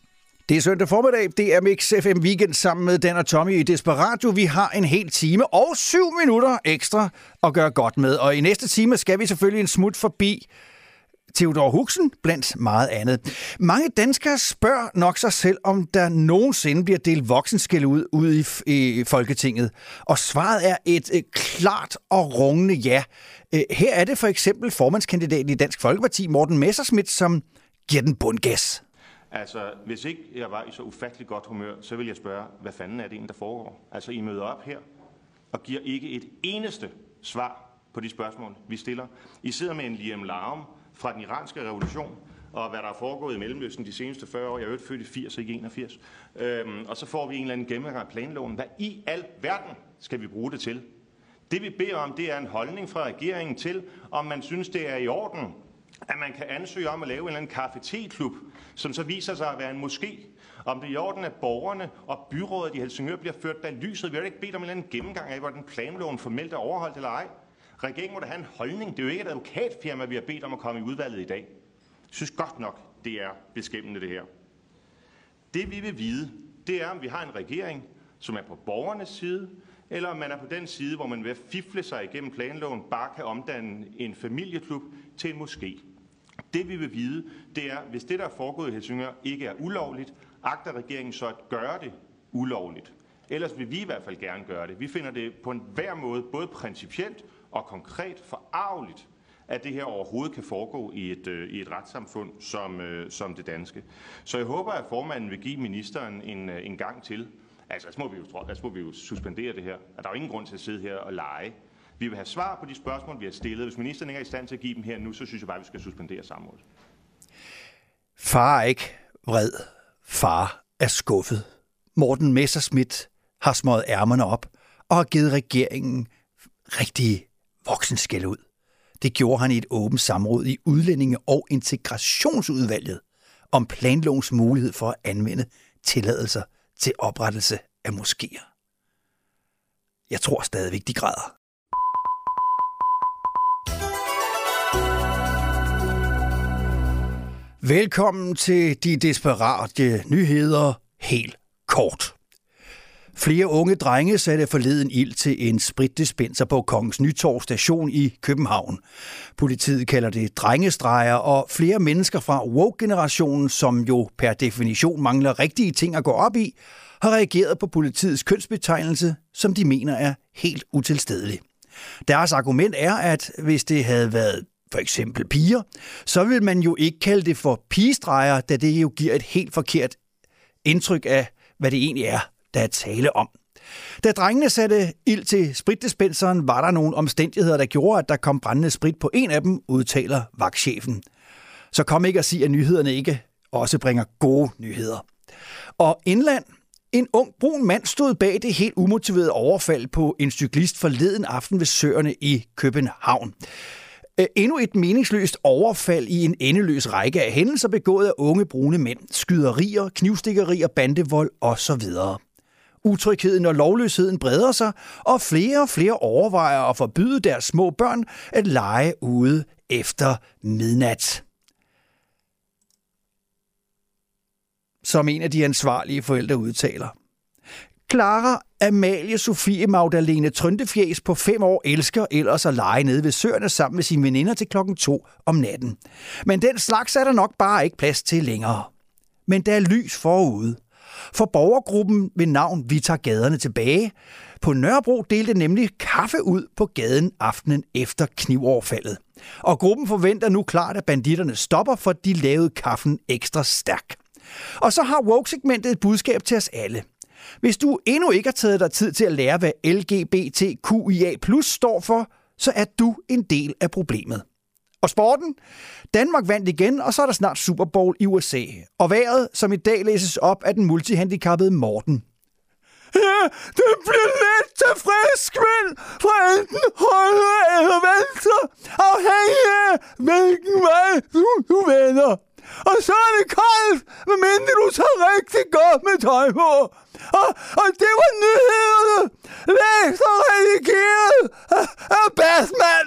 Det er søndag formiddag. Det er Mix F M Weekend sammen med Dan og Tommy i Desperatio. Vi har en hel time og syv minutter ekstra at gøre godt med. Og i næste time skal vi selvfølgelig en smut forbi Theodor Huxen, blandt meget andet. Mange danskere spørger nok sig selv, om der nogensinde bliver delt voksenskæld ud ude i, i Folketinget. Og svaret er et, et klart og rungende ja. Her er det for eksempel formandskandidaten i Dansk Folkeparti, Morten Messerschmidt, som giver den bundgas. Altså, hvis ikke jeg var i så ufattelig godt humør, så vil jeg spørge, hvad fanden er det egentlig, der foregår? Altså, I møder op her og giver ikke et eneste svar på de spørgsmål, vi stiller. I sidder med en Liam Larum fra den iranske revolution, og hvad der er foregået i Mellemøsten de seneste fyrre år. Jeg er jo født i firs, ikke enogfirs. Øhm, og så får vi en eller anden gennemgang af planloven. Hvad i al verden skal vi bruge det til? Det vi beder om, det er en holdning fra regeringen til, om man synes, det er i orden, at man kan ansøge om at lave en eller anden kaffe-te-klub, som så viser sig at være en moské. Om det er i orden, at borgerne og byrådet i Helsingør bliver ført bag lyset. Vi har ikke bedt om en eller anden gennemgang af, hvordan planloven formelt er overholdt eller ej. Regeringen må da have en holdning. Det er jo ikke et advokatfirma, vi har bedt om at komme i udvalget i dag. Jeg synes godt nok, det er beskæmmende det her. Det vi vil vide, det er, om vi har en regering, som er på borgernes side, eller om man er på den side, hvor man ved at fifle sig igennem planloven bare kan omdanne en familieklub til en moské. Det vi vil vide, det er, hvis det, der er foregået i Helsingør, ikke er ulovligt, agter regeringen så at gøre det ulovligt. Ellers vil vi i hvert fald gerne gøre det. Vi finder det på en hver måde, både principielt og konkret forarveligt, at det her overhovedet kan foregå i et, øh, i et retssamfund som, øh, som det danske. Så jeg håber, at formanden vil give ministeren en, øh, en gang til. Altså, så må, vi jo, så må vi jo suspendere det her. Der er jo ingen grund til at sidde her og lege. Vi vil have svar på de spørgsmål, vi har stillet. Hvis ministeren ikke er i stand til at give dem her nu, så synes jeg bare, at vi skal suspendere samrådet. Far er ikke vred. Far er skuffet. Morten Messerschmidt har smøget ærmerne op og har givet regeringen rigtig voksenskæld ud. Det gjorde han i et åbent samråd i Udlændinge- og Integrationsudvalget om planlovens mulighed for at anvende tilladelser til oprettelse af moskéer. Jeg tror stadigvæk, de græder. Velkommen til de desperate nyheder helt kort. Flere unge drenge satte forleden ild til en spritdispenser på Kongens Nytorv station i København. Politiet kalder det drengestreger, og flere mennesker fra woke-generationen, som jo per definition mangler rigtige ting at gå op i, har reageret på politiets kønsbetegnelse, som de mener er helt utilstedelig. Deres argument er, at hvis det havde været for eksempel piger, så vil man jo ikke kalde det for pigestreger, da det jo giver et helt forkert indtryk af, hvad det egentlig er, der er tale om. Da drengene satte ild til spritdispenseren, var der nogle omstændigheder, der gjorde, at der kom brændende sprit på en af dem, udtaler vagtchefen. Så kom ikke at sige, at nyhederne ikke også bringer gode nyheder. Og indland. En ung brun mand stod bag det helt umotiverede overfald på en cyklist forleden aften ved Søerne i København. Endnu et meningsløst overfald i en endeløs række af hændelser begået af unge brune mænd, skyderier, knivstikkerier, bandevold osv. Utrygheden og lovløsheden breder sig, og flere og flere overvejer at forbyde deres små børn at lege ude efter midnat. Som en af de ansvarlige forældre udtaler. Clara Amalie Sofie Magdalene Tryndefjæs på fem år elsker ellers at lege nede ved Søerne sammen med sine veninder til klokken to om natten. Men den slags er der nok bare ikke plads til længere. Men der er lys forude. For borgergruppen ved navn Vi tager gaderne tilbage. På Nørrebro delte nemlig kaffe ud på gaden aftenen efter knivoverfaldet. Og gruppen forventer nu klart, at banditterne stopper, for de lavede kaffen ekstra stærk. Og så har woke-segmentet et budskab til os alle. Hvis du endnu ikke har taget dig tid til at lære, hvad L G B T Q I A plus står for, så er du en del af problemet. Og sporten? Danmark vandt igen, og så er der snart Super Bowl i U S A. Og vejret, som i dag læses op af den multihandicappede Morten. Ja, det bliver let til frisk vind fra enten højre eller venstre, afhængig af hvilken vej du, du vender. Og så er det koldt, medmindre du tager rigtig godt med tøj på. Og, og det var nyhederne, læst og redigeret af, af Batman.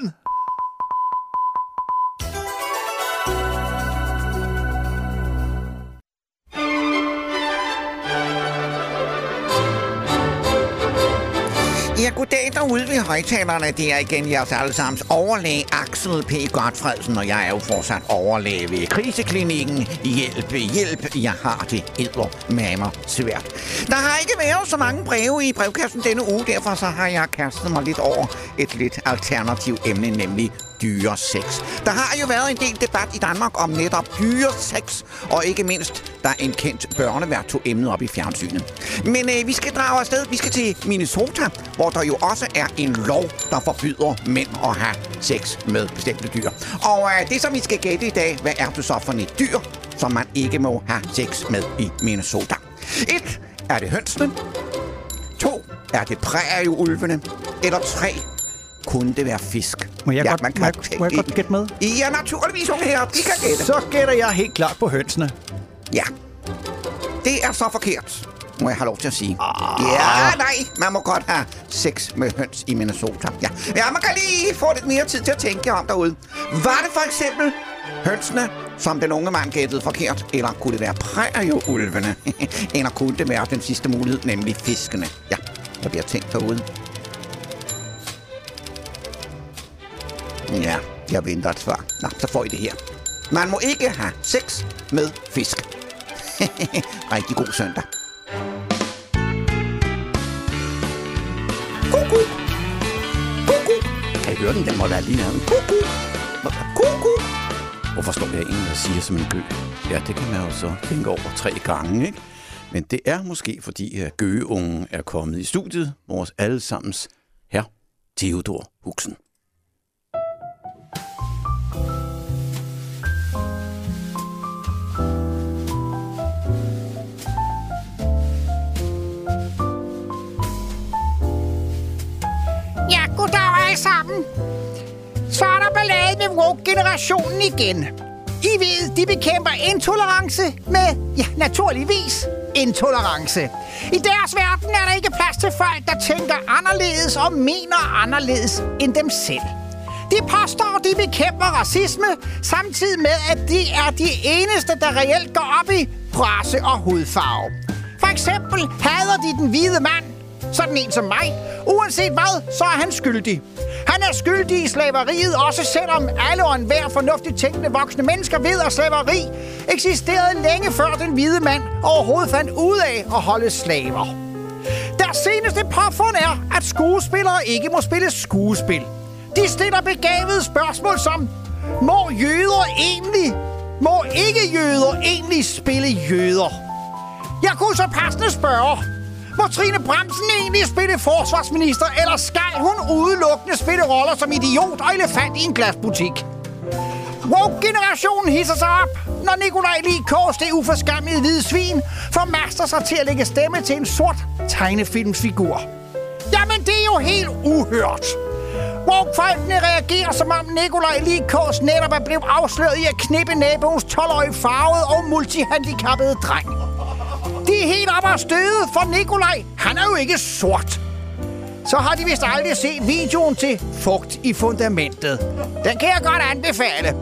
Ja, goddag derude ved højtalerne. Det er igen jeres allesammens overlæge Axel P. Godfredsen, og jeg er jo fortsat overlæge ved kriseklinikken. Hjælp, hjælp, jeg har det eddermame svært. Der har ikke været så mange breve i brevkassen denne uge, derfor så har jeg kastet mig lidt over et lidt alternativt emne, nemlig dyresex. Der har jo været en del debat i Danmark om netop dyresex, og ikke mindst, der er en kendt børnevært tog emnet op i fjernsynet. Men øh, vi skal drage afsted. Vi skal til Minnesota, hvor der jo også er en lov, der forbyder mænd at have sex med bestemte dyr. Og øh, det, som vi skal gætte i dag, hvad er det så for et dyr, som man ikke må have sex med i Minnesota? Et, er det hønsene? To, er det prærieulvene? Eller tre, kunne det være fisk? Må jeg ja, godt, man kan må jeg, må jeg godt gætte med? Ja, naturligvis, unge her. De kan gætte. Så gætter jeg helt klart på hønsene. Ja. Det er så forkert, må jeg have lov til at sige. Ah. Ja, nej. Man må godt have sex med høns i Minnesota. Ja. ja, man kan lige få lidt mere tid til at tænke om derude. Var det for eksempel hønsene, som den unge mand gættede forkert? Eller kunne det være prærieulvene? Eller kunne det være den sidste mulighed, nemlig fiskene? Ja, der bliver tænkt derude. Ja, jeg venter et svar. Nå, så får I det her. Man må ikke have sex med fisk. Rigtig god søndag. Kuku. Kuku. Kan I høre den? Den må da lige have en kuku. Kuku. Hvorfor står jeg egentlig og siger som en gø? Ja, det kan man jo så tænke over tre gange, ikke? Men det er måske fordi, at gøgeungen er kommet i studiet. Vores allesammens herr Theodor Huxen. Ja, goddag alle sammen. Så er der ballade med woke-generationen igen. I ved, de bekæmper intolerance med, ja, naturligvis, intolerance. I deres verden er der ikke plads til folk, der tænker anderledes og mener anderledes end dem selv. De påstår, de bekæmper racisme, samtidig med, at de er de eneste, der reelt går op i race og hudfarve. For eksempel hader de den hvide mand, sådan en som mig. Uanset hvad, så er han skyldig. Han er skyldig i slaveriet, også selvom alle og enhver fornuftigt tænkende voksne mennesker ved, at slaveri eksisterede længe før den hvide mand overhovedet fandt ud af at holde slaver. Deres seneste påfund er, at skuespillere ikke må spille skuespil. De stiller begavede spørgsmål som, må jøder egentlig, må ikke jøder egentlig spille jøder? Jeg kunne så passende spørge, må Trine Bramsen egentlig spille forsvarsminister, eller skal hun udelukkende spille roller som idiot og elefant i en glasbutik? Woke-generationen hisser sig op, når Nikolaj Lie Kaas, det uforskammede hvide svin, formaster sig til at lægge stemme til en sort tegnefilmsfigur. Jamen, det er jo helt uhørt. Woke-folkene reagerer, som om Nikolaj Lie Kaas netop er blevet afsløret i at knippe naboens tolv-årige farvede og multihandicappede dreng. De er helt op og støde, for Nikolaj, han er jo ikke sort. Så har de vist aldrig set videoen til Fugt i fundamentet. Den kan jeg godt anbefale.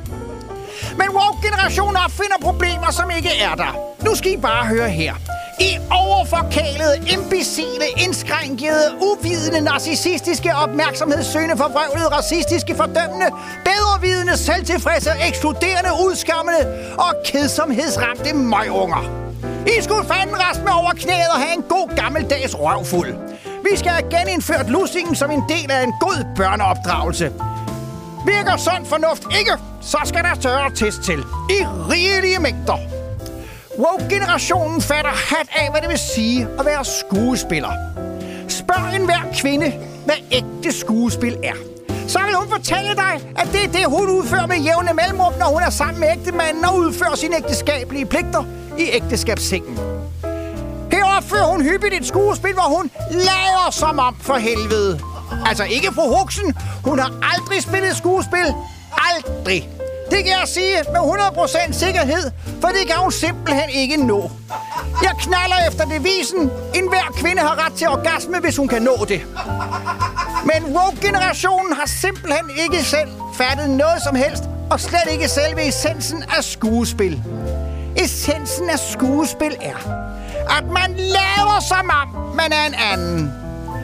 Men woke-generationen opfinder problemer, som ikke er der. Nu skal I bare høre her. I overforkælede, imbecile, indskrænkede, uvidende, narcissistiske, opmærksomhedssøgende, forvrøvlede, racistiske, fordømmende, bedrevidende, selvtilfredse, ekskluderende, udskammende og kedsomhedsramte møgunger. I skulle fanden resten med over knæet og have en god gammeldags røvfuld. Vi skal have genindført lussingen som en del af en god børneopdragelse. Virker sund fornuft ikke, så skal der større test til. I rigelige mængder. Woke-generationen fatter hat af, hvad det vil sige at være skuespiller. Spørg enhver kvinde, hvad ægte skuespil er. Så vil hun fortælle dig, at det er det, hun udfører med jævne mellemrum, når hun er sammen med ægtemanden og udfører sine ægteskabelige pligter i ægteskabssengen. Her opfører hun hyppigt et skuespil, hvor hun lader som om for helvede. Altså ikke fru Huxen. Hun har aldrig spillet skuespil. Aldrig. Det kan jeg sige med hundrede procent sikkerhed, for det kan hun simpelthen ikke nå. Jeg knalder efter devisen. Enhver kvinde har ret til orgasme, hvis hun kan nå det. Men woke-generationen har simpelthen ikke selv fattet noget som helst, og slet ikke selve essensen af skuespil. Essensen af skuespil er, at man laver som om man er en anden. Hvordan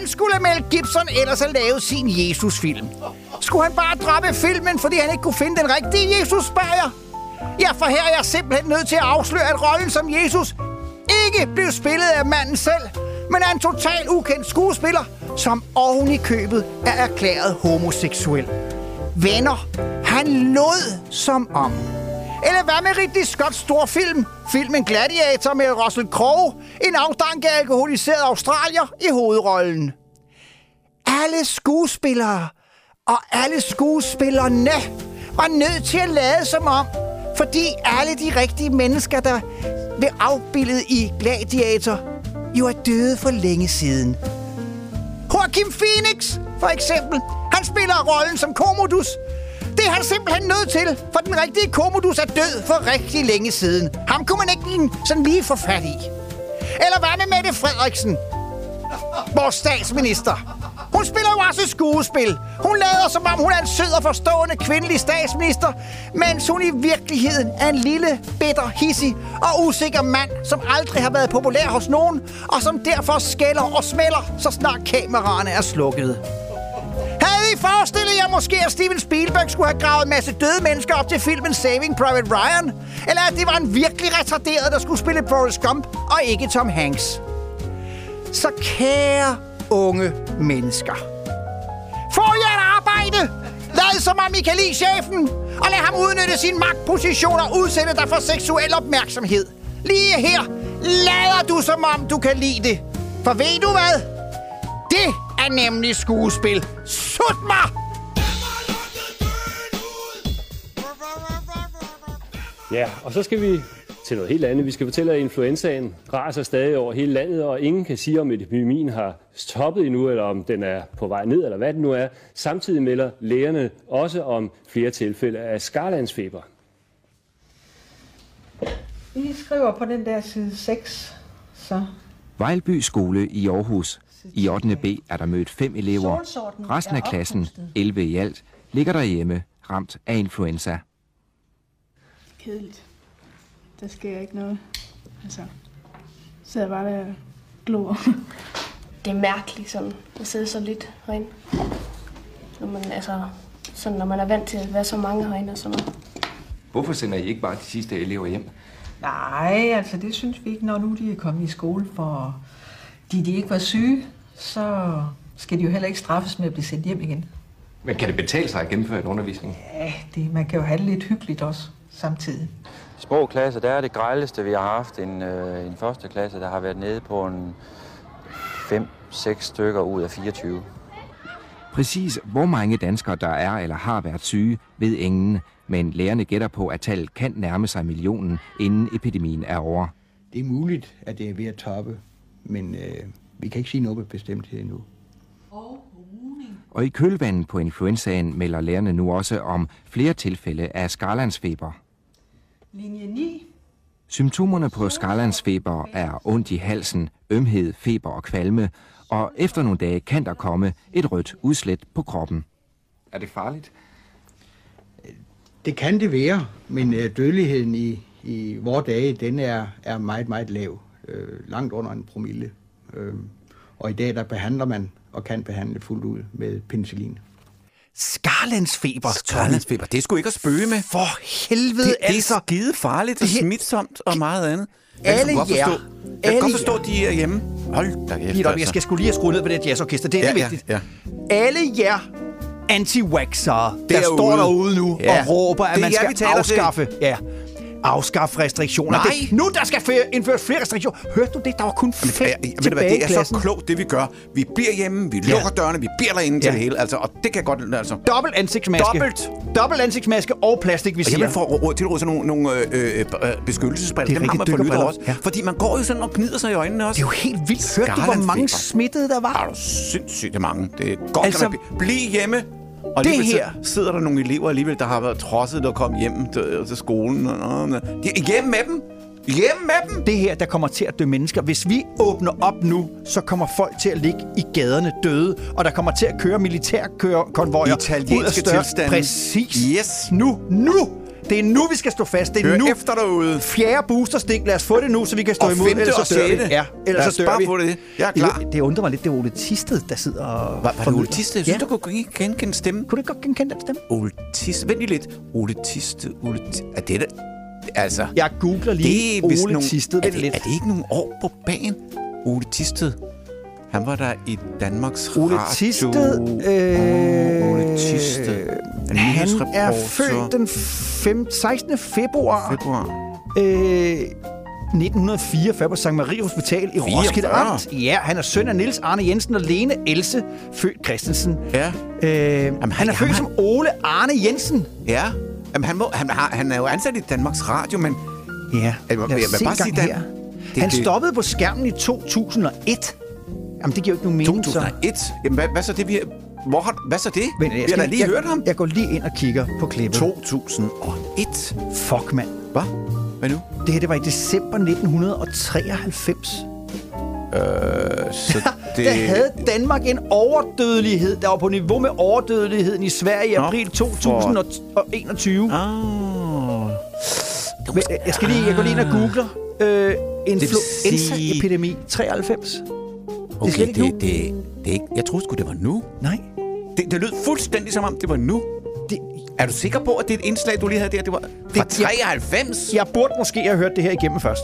skulle Mel Gibson ellers have lavet sin Jesus-film? Skulle han bare droppe filmen, fordi han ikke kunne finde den rigtige Jesus, spørger jeg? Ja, for her er jeg simpelthen nødt til at afsløre, at rollen som Jesus ikke blev spillet af manden selv, men af en total ukendt skuespiller, som oven i købet er erklæret homoseksuel. Venner, han lod som om. Eller hvad med Ridley Scotts store film? Filmen Gladiator med Russell Crowe, en afdanket alkoholiseret australier i hovedrollen. Alle skuespillere og alle skuespillerne var nødt til at lade som om, fordi alle de rigtige mennesker, der blev afbildet i Gladiator, jo er døde for længe siden. Joaquin Phoenix, for eksempel, han spiller rollen som Commodus. Det er han simpelthen nødt til, for den rigtige Commodus er død for rigtig længe siden. Ham kunne man ikke sådan lige få fat i. Eller hvad med Mette Frederiksen? Vores statsminister. Hun spiller jo også skuespil. Hun lader som om, hun er en sød og forstående kvindelig statsminister, mens hun i virkeligheden er en lille, bitter, hissig og usikker mand, som aldrig har været populær hos nogen, og som derfor skælder og smælder, så snart kameraerne er slukket. Havde I forestillet jer måske, at Steven Spielberg skulle have gravet en masse døde mennesker op til filmen Saving Private Ryan? Eller at det var en virkelig retarderet, der skulle spille Forrest Gump, og ikke Tom Hanks? Så kære unge mennesker, få jer et arbejde! Lad som om I kan lide chefen, og lad ham udnytte sin magtposition og udsætte dig for seksuel opmærksomhed. Lige her lader du som om du kan lide det. For ved du hvad? Det er nemlig skuespil. Sut mig! Ja, og så skal vi til noget helt andet. Vi skal fortælle, at influenzaen raser stadig over hele landet, og ingen kan sige, om epidemien har stoppet endnu, eller om den er på vej ned, eller hvad det nu er. Samtidig melder lægerne også om flere tilfælde af skarlandsfeber. Vi skriver på den der side seks, så... Vejlby Skole i Aarhus. I ottende B er der mødt fem elever. Resten af klassen, elleve i alt, ligger derhjemme, ramt af influenza. Kedeligt. Der sker ikke noget. Altså, så jeg bare der og glor. Det er mærkeligt sådan, at sidde så lidt herinde. Når man, altså, sådan, når man er vant til at være så mange herinde og sådan noget. Hvorfor sender I ikke bare de sidste elever hjem? Nej, altså det synes vi ikke, når nu de er kommet i skole, for de, de ikke var syge, så skal de jo heller ikke straffes med at blive sendt hjem igen. Men kan det betale sig at gennemføre en undervisning? Ja, det, man kan jo have det lidt hyggeligt også samtidig. Sprogklasse, der er det grejligste, vi har haft. En, øh, en første klasse, der har været nede på en fem seks stykker ud af fireogtyve. Præcis hvor mange danskere, der er eller har været syge, ved ingen. Men lærerne gætter på, at tallet kan nærme sig millionen, inden epidemien er over. Det er muligt, at det er ved at toppe, men øh, vi kan ikke sige noget bestemt her endnu. Og i kølvandet på influenzaen melder lærerne nu også om flere tilfælde af skarlandsfeber. Linje ni. Symptomerne på skarlandsfeber er ondt i halsen, ømhed, feber og kvalme, og efter nogle dage kan der komme et rødt udslæt på kroppen. Er det farligt? Det kan det være, men øh, dødeligheden i, i vore dage, den er, er meget, meget lav. Øh, langt under en promille. Øh, og i dag, der behandler man og kan behandle fuldt ud med penicillin. Skarlandsfeber. Skarlandsfeber, det er sgu ikke at spøge med. For helvede, det, det altså. Det er skide farligt og smitsomt og meget andet. Alle jer. Jeg kan alle godt forstå, jer. at de er hjemme. Hold da kæft, Peter, altså. jeg skal skulle lige have skruet ned på det jazzorkester. Det er ja, vigtigt. Ja, ja. Alle jer anti-vaxxere, der derude. står derude nu ja. og råber, at det man jer, skal afskaffe... Ja. Afskaffe restriktioner. Nej. Det, nu der skal indføres flere restriktioner. Hørte du det? Der var kun fem Jamen, jeg, jeg, tilbage det i er klassen. så klogt, det vi gør. Vi bliver hjemme, vi lukker ja. dørene, vi bliver derinde ja. til det hele. Altså, og det kan godt... Altså. Dobbelt ansigtsmaske. Dobbelt. Dobbelt ansigtsmaske og plastikvisir. Og jeg vil få tilråde sådan nogle, nogle øh, øh, beskyttelsesbriller. Dem har man for nytår også. Ja. Fordi man går jo sådan og gnider sig i øjnene også. Det er jo helt vildt. Hørte du, hvor mange smittede der var? Der er jo sindssygt mange. Det er godt, altså, kan man blive hjemme. Og det her sidder der nogle elever alligevel, der har været trodset og kommet hjem til, til skolen. De er hjemme med dem. Hjemme med dem. Det her, der kommer til at dø mennesker. Hvis vi åbner op nu, så kommer folk til at ligge i gaderne døde, og der kommer til at køre militærkonvojer italienske ud af større... tilstande. Præcis. Yes. Nu, nu Det er nu, vi skal stå fast. Det er Hør nu. efter derude. Fjerde boosterstik. Lad os få det nu, så vi kan stå og imod. Ellers så dør vi. Ja, ellers Lad os så dør bare vi. få det. Jeg er klar. Det, det undrer mig lidt, det er Ole Thisted, der sidder og... Var, var det Ole Thisted? Jeg synes, ja. du kunne ikke genkende stemmen. Kunne du godt genkende den stemme? Ole Thisted. Vent lige lidt. Ole Thisted. Ole Thisted. Er det der? Altså... Jeg googler lige det er Ole nogle, Thisted. Er det, er det ikke nogle år på bagen? Ole Thisted. Han var der i Danmarks Ole Radio. Thisted, øh, oh, Ole Thisted. Han er født den sekstende februar. Februar. Øh, nitten fire på Sankt Marie Hospital i Roskilde Amt. Ja, han er søn af Niels Arne Jensen og Lene Else, født Christensen. Ja. Øh, Jamen, han er født som Ole Arne Jensen. Ja. Jamen, han, må, han, har, han er jo ansat i Danmarks Radio, men... Ja, lad os se bare sige her. Det, han det... stoppede på skærmen i to tusind og et. Jamen, det giver jo ikke nogen mening. to tusind og et? Så. Jamen, hvad, hvad så det, vi... Hvor har, hvad så det? Men, jeg vi har da lige jeg, hørt ham. Jeg går lige ind og kigger på klippet. to tusind og et? Fuck, mand. Hvad? Hvad nu? Det her, det var i december nitten treoghalvfems. Øh, så det... Der havde Danmark en overdødelighed, der var på niveau med overdødeligheden i Sverige i april Nå, to tusind og enogtyve. Ah. Men, jeg skal lige, jeg går lige ind og googler. Øh, influenza-epidemi treoghalvfems. Okay, det, det, det, det er ikke... Jeg troede sgu, det var nu. Nej. Det, det lød fuldstændig som om, det var nu. Det... Er du sikker på, at det er et indslag, du lige havde der, det var fra treoghalvfems? Jeg, jeg burde måske have hørt det her igennem først.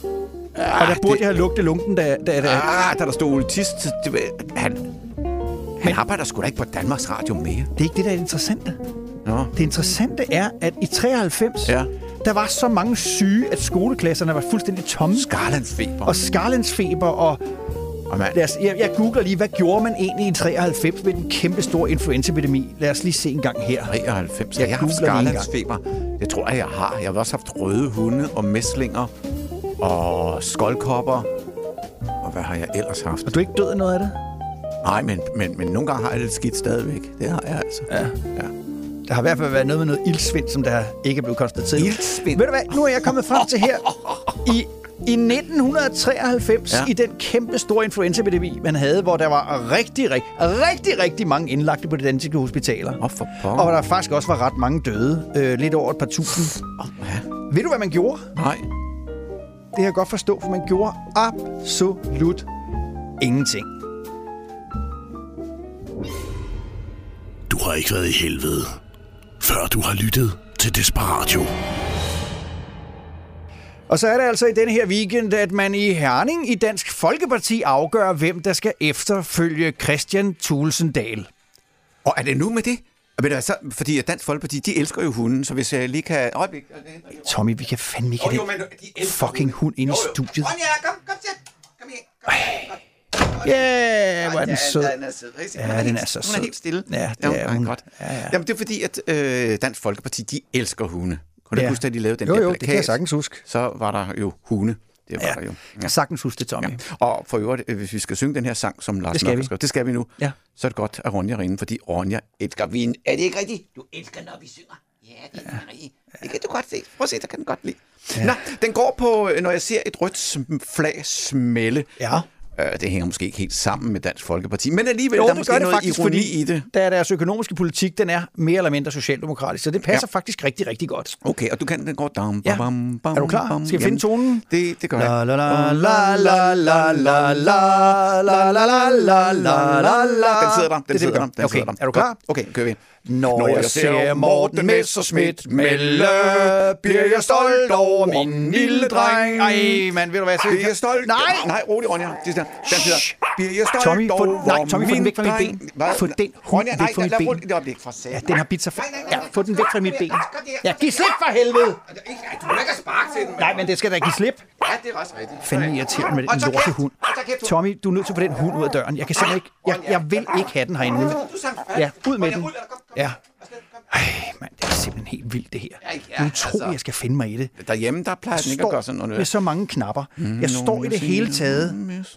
Ah, og der burde det... jeg have lugtet lunken, da... da, da... Ah, da der stod Ole Thisted. Han, han arbejder sgu da ikke på Danmarks Radio mere. Det er ikke det, der er det interessante. Nå. Det interessante er, at i treoghalvfems... Ja. Der var så mange syge, at skoleklasserne var fuldstændig tomme. Skarlandsfeber. Og skarlandsfeber og... Oh, Lad os, jeg, jeg googler lige, hvad gjorde man egentlig i treoghalvfems ved en kæmpe stor influenzaepidemi? Lad os lige se en gang her. treoghalvfems? Jeg, jeg har haft skarlandsfeber. Det tror jeg, jeg har. Jeg har også haft røde hunde og mæslinger og skoldkopper. Og hvad har jeg ellers haft? Og du er ikke død af noget af det? Nej, men, men, men nogle gange har jeg det skidt stadigvæk. Det har jeg altså. Ja. ja. Der har i hvert fald været noget med noget ildsvind, som der ikke er blevet konstateret. Ildsvind? Ved du hvad? Nu er jeg kommet frem til her. I, i nitten treoghalvfems, ja. I den kæmpe store influenzaepidemi, man havde, hvor der var rigtig, rigtig, rigtig, rigtig mange indlagte på de danske hospitaler. Oh, for og hvor der faktisk også var ret mange døde. Øh, lidt over et par tusind. Oh, ja. Ved du, hvad man gjorde? Nej. Det kan jeg godt forstå, for man gjorde absolut ingenting. Du har ikke været i helvede, før du har lyttet til Desperatio. Og så er det altså i denne her weekend, at man i Herning i Dansk Folkeparti afgør, hvem der skal efterfølge Kristian Thulesen Dahl. Og er det nu med det? Så, fordi Dansk Folkeparti, de elsker jo hunden, så hvis jeg lige kan... Øjeblik. Tommy, vi kan fandme ikke have oh, det fucking hund inde i studiet. Ronja, kom, kom til. Kom her. Kom her. Ja, hvor er den sød. Den er sød. Ja, den er så sød. Hun er helt stille. Ja, det er hun. Godt. Ja, ja. Jamen, det er fordi, at øh, Dansk Folkeparti, de elsker hunde. Kunne du ja. huske, at de lavede den jo, der jo, plakat? det kan jeg sagtens huske. Så var der jo hunde. Det var ja, der jo. Ja. Sagtens huske det, Tommy. Ja. Og for øvrigt, hvis vi skal synge den her sang, som Lars Mørk skrev, det skal vi nu, ja. så er det godt, at Ronja er inde, fordi Ronja elsker vin. Er det ikke rigtigt? Du elsker, når vi synger. Ja, det er ja. rigtigt. Det kan du godt se. Prøv at se, der kan den godt lide. Ja. Nå, den går på, når jeg ser et rødt flag smelle. Ja. Det hænger måske ikke helt sammen med Dansk Folkeparti, men alligevel jo, der er måske det noget faktisk, ironi fordi i det. Der deres økonomiske politik, den er mere eller mindre socialdemokratisk, så det passer ja. faktisk rigtig, rigtig godt. Okay, og du kan den går down. Ja. Bam, bam, er du klar? Skal jeg finde tonen? Det, det gør jeg. La la la la la la la la la la la la la. Den sidder der. Den sidder der. Den okay, sidder der. Er du klar? Okay, kører vi. Når, Når jeg ser Morten Messerschmidt melde, bliver jeg stolt over min lille dreng. Ej, mand, ved du hvad jeg siger? Bliver jeg stolt? Nej! Nej, rolig, Ronja. Det der. Den sidder. Bliver jeg stolt Tommy, over få, nej, Tommy, få den væk fra mit ben. Få den hund Ronja, væk fra mit ben. Nej, lad fra ja, den har bidt sig for... Ja, få den væk fra mit ben. Ja, giv slip for helvede! Du må ikke sparke til den. Nej, men det skal da give slip. Ja, det er også rigtigt. Fandme irriterende med den lorte hund. Tommy, du er nødt til at få den hund ud af døren. Jeg kan simpelthen ikke... Jeg, jeg vil ikke have den herinde. Ja, ud med den. Ja. Ej, mand, det er simpelthen helt vildt, det her. Ja, ja, du tror, altså, jeg skal finde mig i det. Derhjemme, der plejer den ikke at gøre sådan noget. Med så mange knapper. Mm, jeg står i det hele taget.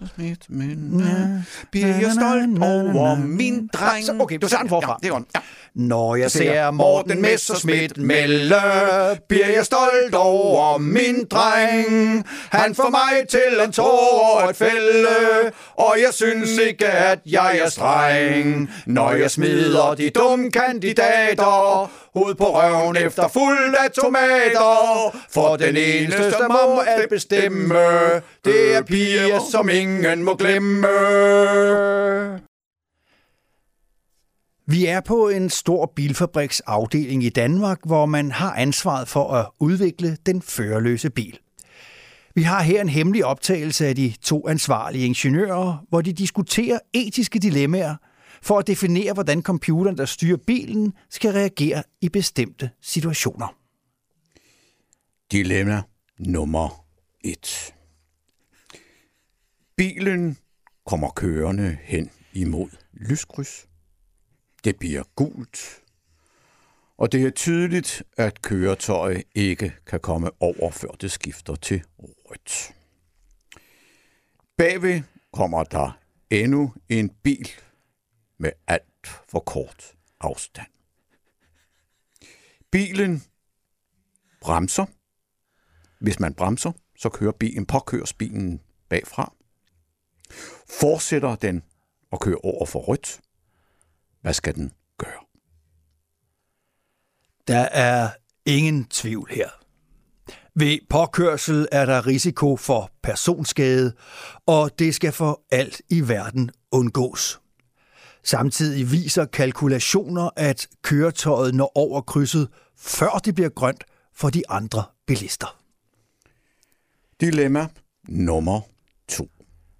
Bliver jeg stolt over min dreng. Så, okay, du tager den forfra. Ja, det er godt. Ja. Når jeg ser Morten Messerschmidt melde, bliver jeg stolt over min dreng. Han får mig til en tår at fælde, og jeg synes ikke, at jeg er streng. Når jeg smider de dumme kandidater, tomater. Hoved på røven efter fuld af tomater. For den eneste, der må alt bestemme, det er piger, som ingen må glemme. Vi er på en stor bilfabriksafdeling i Danmark, hvor man har ansvaret for at udvikle den førerløse bil. Vi har her en hemmelig optagelse af de to ansvarlige ingeniører, hvor de diskuterer etiske dilemmaer for at definere, hvordan computeren, der styrer bilen, skal reagere i bestemte situationer. Dilemma nummer et. Bilen kommer kørende hen imod lyskryds. Det bliver gult, og det er tydeligt, at køretøjet ikke kan komme over, før det skifter til rødt. Bagved kommer der endnu en bil med alt for kort afstand. Bilen bremser. Hvis man bremser, så kører bilen, påkøres bilen bagfra. Fortsætter den og kører over for rødt. Hvad skal den gøre? Der er ingen tvivl her. Ved påkørsel er der risiko for personskade, og det skal for alt i verden undgås. Samtidig viser kalkulationer, at køretøjet når over krydset, før det bliver grønt for de andre bilister. Dilemma nummer to.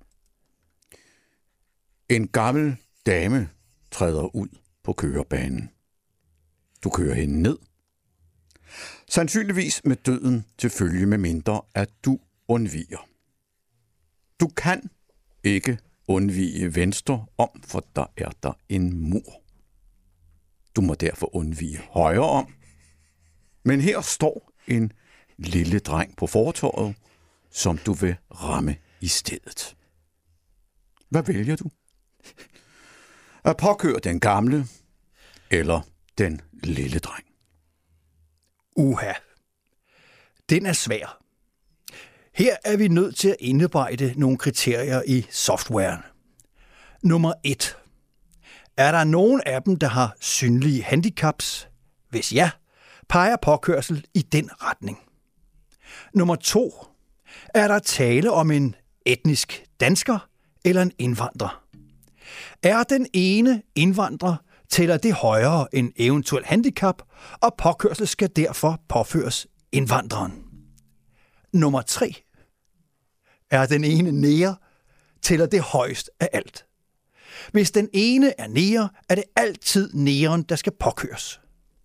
En gammel dame træder ud på kørebanen. Du kører hende ned. Sandsynligvis med døden til følge, med mindre at du undviger. Du kan ikke undvige venstre om, for der er der en mur. Du må derfor undvige højre om. Men her står en lille dreng på fortovet, som du vil ramme i stedet. Hvad vælger du? At påkøre den gamle eller den lille dreng? Uha. Den er svær. Her er vi nødt til at indarbejde nogle kriterier i softwaren. Nummer et. Er der nogen af dem, der har synlige handicaps? Hvis ja, peger påkørsel i den retning. Nummer to. Er der tale om en etnisk dansker eller en indvandrer? Er den ene indvandrer, tæller det højere end eventuel handicap, og påkørsel skal derfor påføres indvandreren. Nummer tre. Er den ene nære, tæller det højst af alt. Hvis den ene er nære, er det altid næren, der skal påkøres.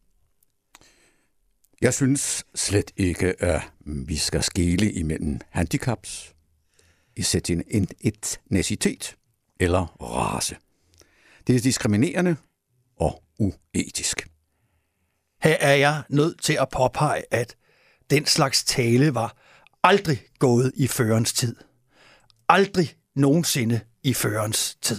Jeg synes slet ikke, at vi skal skele imellem handicaps, i sætte en etnicitet eller race. Det er diskriminerende og uetisk. Her er jeg nødt til at påpege, at den slags tale var aldrig gået i førerens tid. Aldrig nogensinde i førerens tid.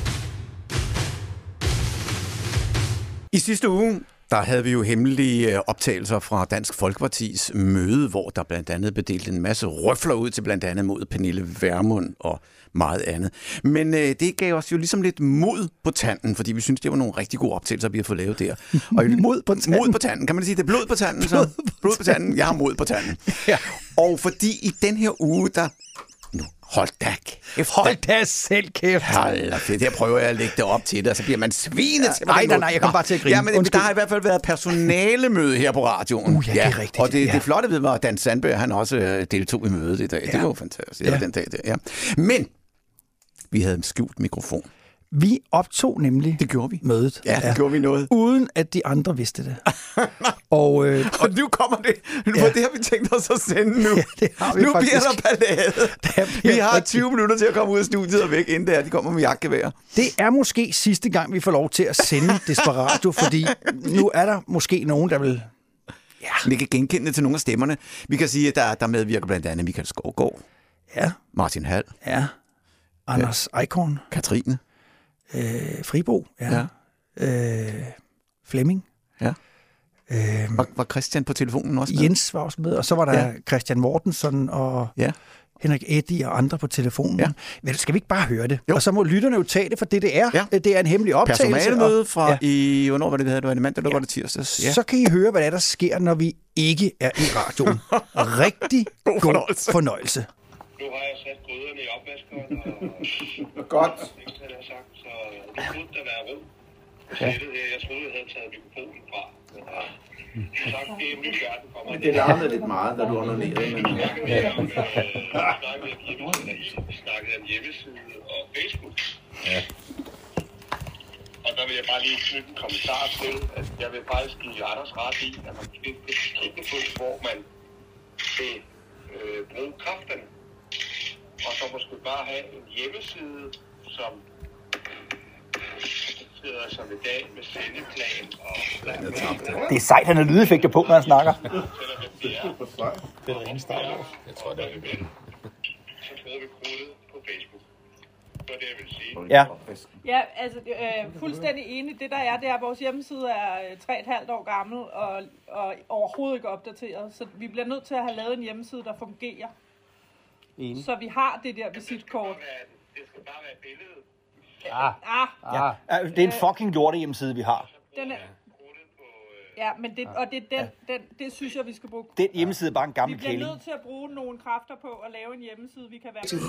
I sidste uge, der havde vi jo hemmelige optagelser fra Dansk Folkepartis møde, hvor der blandt andet blev delt en masse røfler ud til blandt andet mod Pernille Vermund og meget andet. Men øh, det gav os jo ligesom lidt mod på tanden, fordi vi synes det var nogle rigtig gode optagelser, vi har fået lavet der. Og mod på tanden? Mod på tanden, kan man sige. Det er blod på tanden, så? Blod på tanden. Jeg har mod på tanden. Ja. Og fordi i den her uge, der... Nu, hold da kæft. Hold da selv kæft. Hold da fedt. Her prøver jeg at lægge det op til dig, så bliver man svinet til. Nej, nej, nej, jeg kom bare til at grine. Ja, men Undskyld. Der har i hvert fald været personalemøde her på radioen. Uh, ja, det er rigtigt. Og det, ja. det flotte ved var, at Dan Sandberg, han også deltog i mødet i dag. Ja. Det var jo fantastisk. Ja. Den dag der, ja. Men vi havde en skjult mikrofon. Vi optog nemlig det gjorde vi. mødet. Ja, det ja. gjorde vi noget. Uden at de andre vidste det. og, øh, og nu kommer det. Nu ja. Det har vi tænkt os at sende nu. Ja, det har vi nu faktisk. bliver der ballade. Vi har tyve minutter til at komme ud af studiet og væk, inden der de kommer med jagtgevær. Det er måske sidste gang, vi får lov til at sende Desperado, fordi nu er der måske nogen, der vil... Ja. Vi kan genkende til nogle af stemmerne. Vi kan sige, at der, der medvirker blandt andet Michael Skovgaard. Ja. Martin Hall. Ja. Anders ja. Eichhorn. Katrine. Øh, Fribo, ja. ja. Øh, Flemming. Ja. Øh, var, var Christian på telefonen også med? Jens var også med, og så var der ja. Christian Mortensen og ja. Henrik Eddie og andre på telefonen. Ja. Men skal vi ikke bare høre det? Jo. Og så må lytterne jo tage det for det, det er. Ja. Det er en hemmelig optagelse. Personalemøde fra ja. i... Hvornår var det, det havde? Det var det mandag, eller ja. var det tirsdags? Ja. Så kan I høre, hvad der, er, der sker, når vi ikke er i radioen. Rigtig god fornøjelse. fornøjelse. Nu har jeg sat gryderne i opvaskeren, og... Godt. Så det burde da være ro. Ja. Jeg troede, jeg havde taget mikrofonen fra. Men sagt, det er en ny verden for mig. Det larmede lidt meget, da du onanerede. Men... Vi snakkede om hjemmeside og Facebook. Ja. Og der vil jeg bare lige knytte en kommentar til, at jeg vil faktisk give Anders ret i, at man skal kigge på, hvor man vil øh, bruge kraften. Og så måske bare have en hjemmeside, som som i dag med sendeplan og... Det er sejt, han har lydeffekter på, når han snakker. Det er det rene start. Jeg tror, det er det. Så bruger vi krudtet på Facebook. Det er det, jeg vil sige. Ja. Ja, altså øh, fuldstændig enig. Det der er, det er, at vores hjemmeside er tre og et halvt år gammel og, og overhovedet ikke opdateret. Så vi bliver nødt til at have lavet en hjemmeside, der fungerer. Enig. Så vi har det der visitkort. Det skal bare være billedet. Ah. Ah. Ja. Det er en fucking lorte hjemmeside, vi har. Den er... Ja, men det, og det, den, den, det synes jeg, vi skal bruge. Den hjemmeside er bare en gammel kælling. Vi bliver nødt til at bruge nogle kræfter på at lave en hjemmeside, vi kan være med.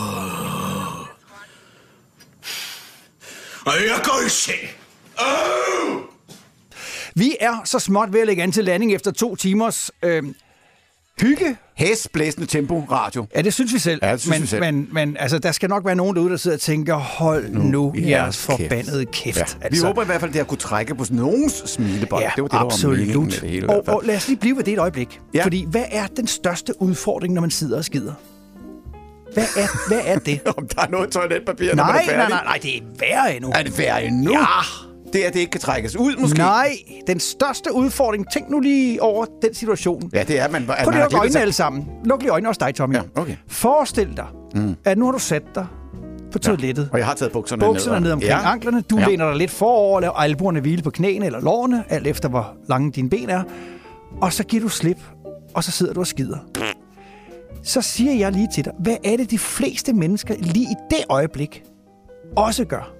Og jeg går i seng. Oh! Vi er så småt ved at lægge an til landing efter to timers øh, hygge. Hæsblæsende tempo radio. Ja, det synes vi selv. Ja, det synes men, vi selv. Men, men altså, der skal nok være nogen derude, der sidder og tænker, hold nu, nu jeres forbandede kæft. Ja. Altså. Vi håber i hvert fald, at det har kunne trække på nogens smilebånd. Ja, det var det, absolut. der var meningen med det hele. Og, og lad os lige blive ved det et øjeblik. Ja. Fordi hvad er den største udfordring, når man sidder og skider? Hvad er, hvad er det? Om der er noget toiletpapir, nej, når man er færdig? Nej, nej, nej, det er værre endnu. Er det værre endnu? Ja. Det er, at det ikke kan trækkes ud, måske? Nej, den største udfordring, tænk nu lige over den situation. Ja, det er, at man, at Prøv lige man at lukke øjnene alle sammen. Luk lige øjnene også dig, Tommy. Ja, okay. Forestil dig, mm. at nu har du sat dig på toilettet. Ja. Og jeg har taget bukserne, bukserne ned, ned omkring ja. anklerne. Du ja. læner dig lidt forover og laver albuerne hvile på knæene eller lårene, alt efter hvor lange dine ben er. Og så giver du slip, og så sidder du og skider. Så siger jeg lige til dig, hvad er det, de fleste mennesker lige i det øjeblik også gør?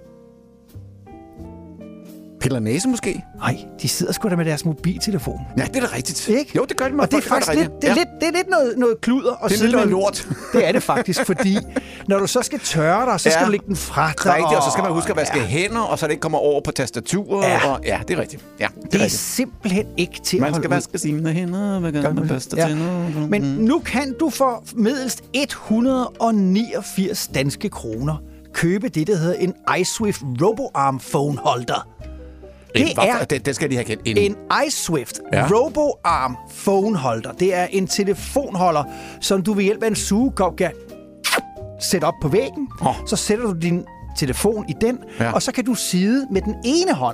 Piller næse måske? Nej, de sidder sgu da med deres mobiltelefon. Ja, det er da rigtigt. Ikke? Jo, det gør de. Og det er faktisk lidt, det er lidt, det er lidt noget, noget kluder. Og det er lidt noget lort. Det er det faktisk, fordi når du så skal tørre dig, så skal ja. du lægge den fra dig. Rigtigt, og så skal man huske at vaske ja. hænder, og så det ikke kommer over på tastaturet. Ja, og, ja det er rigtigt. Ja, det, det er, er simpelthen ikke til man at holde skal vaske sine hænder, hvad gør man bedst ja. Men nu kan du for middelst et hundrede og niogfirs danske kroner købe det, der hedder en iSwift RoboArm Phone Holder. Det er det, det skal de have kendt inden. En iSwift ja. RoboArm Phone Holder. Det er en telefonholder, som du ved hjælp af en sugekop kan sætte op på væggen. Oh. Så sætter du din telefon i den, ja. og så kan du sidde med den ene hånd.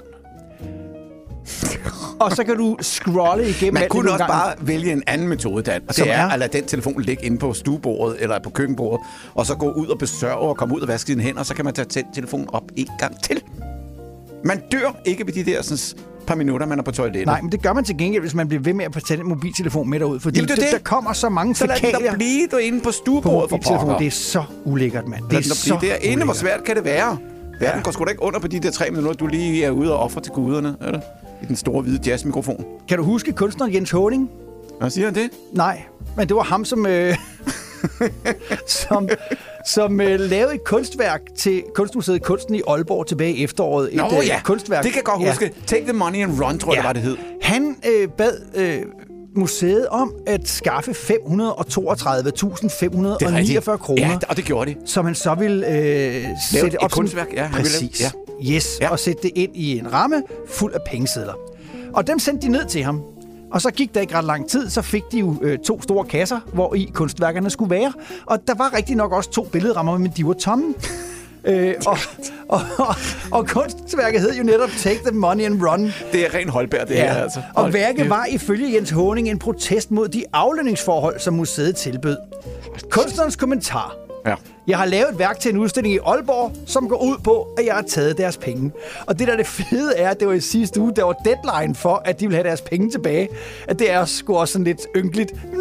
Og så kan du scrolle igennem. Man alt kunne også gang. bare vælge en anden metode, Dan. Og det er, er at lade den telefon ligge inde på stuebordet eller på køkkenbordet, og så gå ud og besørge og komme ud og vaske sine hænder, og så kan man tage telefonen op en gang til. Man dør ikke ved de der sådan, par minutter, man er på toilettet. Nej, men det gør man til gengæld, hvis man bliver ved med at tage den mobiltelefon med derud. Fordi Jamen, det det. der kommer så mange så fækalier. Så lad den blive der inde på stuebordet for pokker. Det er så ulækkert, mand. Det er så derinde. Hvor svært kan det være? Verden ja. går sgu da ikke under på de der tre minutter, du lige er ude og offer til guderne, eller? I den store hvide jazzmikrofon. Kan du huske kunstneren Jens Håning? Hvad siger han det? Nej, men det var ham, som... Øh, som... som øh, lavede et kunstværk til Kunstmuseet Kunsten i Aalborg tilbage i efteråret. Nå et, øh, ja, kunstværk. det kan jeg godt ja. huske. Take the money and run, tror jeg, ja. det var, det hed. Han øh, bad øh, museet om at skaffe fem hundrede og toogtredive tusind fem hundrede og niogfyrre kroner. Ja, og det gjorde de. Som han så ville øh, sætte op et kunstværk, ja. Præcis. Ja. Yes, ja. Og sætte det ind i en ramme fuld af pengesedler. Og dem sendte de ned til ham. Og så gik der ikke ret lang tid, så fik de jo øh, to store kasser, hvor i kunstværkerne skulle være. Og der var rigtig nok også to billedrammer, men de var tomme. øh, og, og, og, og kunstværket hed jo netop Take the Money and Run. Det er ren Holberg, det ja. her altså. Og værket var ifølge Jens Håning en protest mod de aflønningsforhold, som museet tilbød. Kunstnerens kommentar. Ja. Jeg har lavet et værk til en udstilling i Aalborg, som går ud på, at jeg har taget deres penge. Og det der det fede er, at det var i sidste uge, der var deadline for, at de ville have deres penge tilbage. At det er sgu også sådan lidt ynkeligt. Nu vil vi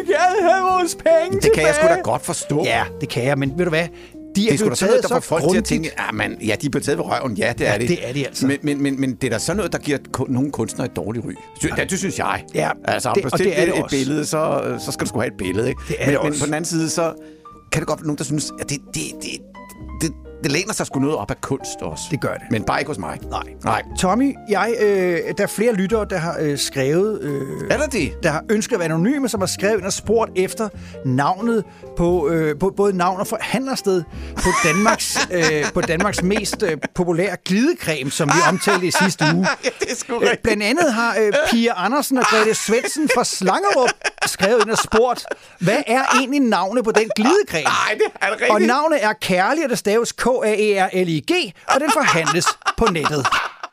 vil gerne have vores penge Det tilbage. kan jeg sgu da godt forstå. Ja, det kan jeg, men ved du hvad? De det er er sgu da blevet sådan noget, taget der får så folk til at grundigt. tænke, ja, man, ja, de er blevet taget ved røven. Ja, det er Ja, det. det er de altså. Men, men, men, men det er da sådan noget, der giver kun, nogle kunstnere et dårligt ry. Sy- ja, det synes jeg. Ja, altså, det- det, og det er det et også. billede, så, så skal du sgu have et billede, ikke? Det er men, det men også. på den anden side, så kan det godt være nogen, der synes, at det, det, det, det, det læner sig sgu noget op af kunst også. Det gør det. Men bare ikke hos mig. Nej. Nej. Tommy, jeg, øh, der er flere lyttere, der har øh, skrevet... Øh, er der det? Der har ønsket at være anonyme, som har skrevet ind og spurgt efter navnet på, øh, på både navn og forhandlersted på Danmarks, øh, på Danmarks mest øh, populære glidecreme, som vi omtalte i sidste uge. Ja, det er sgu Øh, rigtigt. Blandt andet har øh, Pia Andersen og Grete Svendsen fra Slangerup skrevet ind og spurgt, hvad er egentlig navnet på den glidecreme? Nej, det er det rigtigt. Og navnet er Kærlig, og det staves K A E R L I G, og den forhandles på nettet.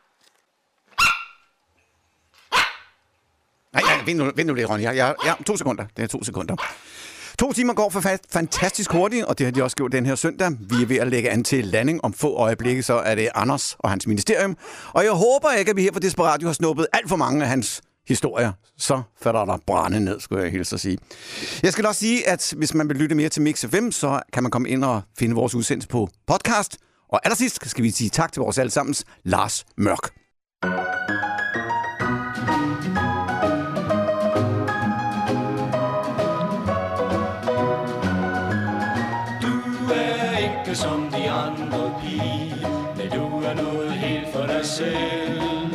Nej, nej, vent nu, vent nu lidt, Ronny. Jeg, jeg, ja, to sekunder. Det er to sekunder. To timer går for fa- fantastisk hurtigt, og det har de også gjort den her søndag. Vi er ved at lægge an til landing. Om få øjeblikke, så er det Anders og hans ministerium. Og jeg håber ikke, at vi her på Desperatio har snuppet alt for mange af hans historier. Så falder der brænde ned, skulle jeg hilse at sige. Jeg skal også sige, at hvis man vil lytte mere til Mix F M, så kan man komme ind og finde vores udsendelse på podcast. Og allersidst skal vi sige tak til vores allesammens Lars Mørk. Som de andre piger, men du er noget helt for dig selv.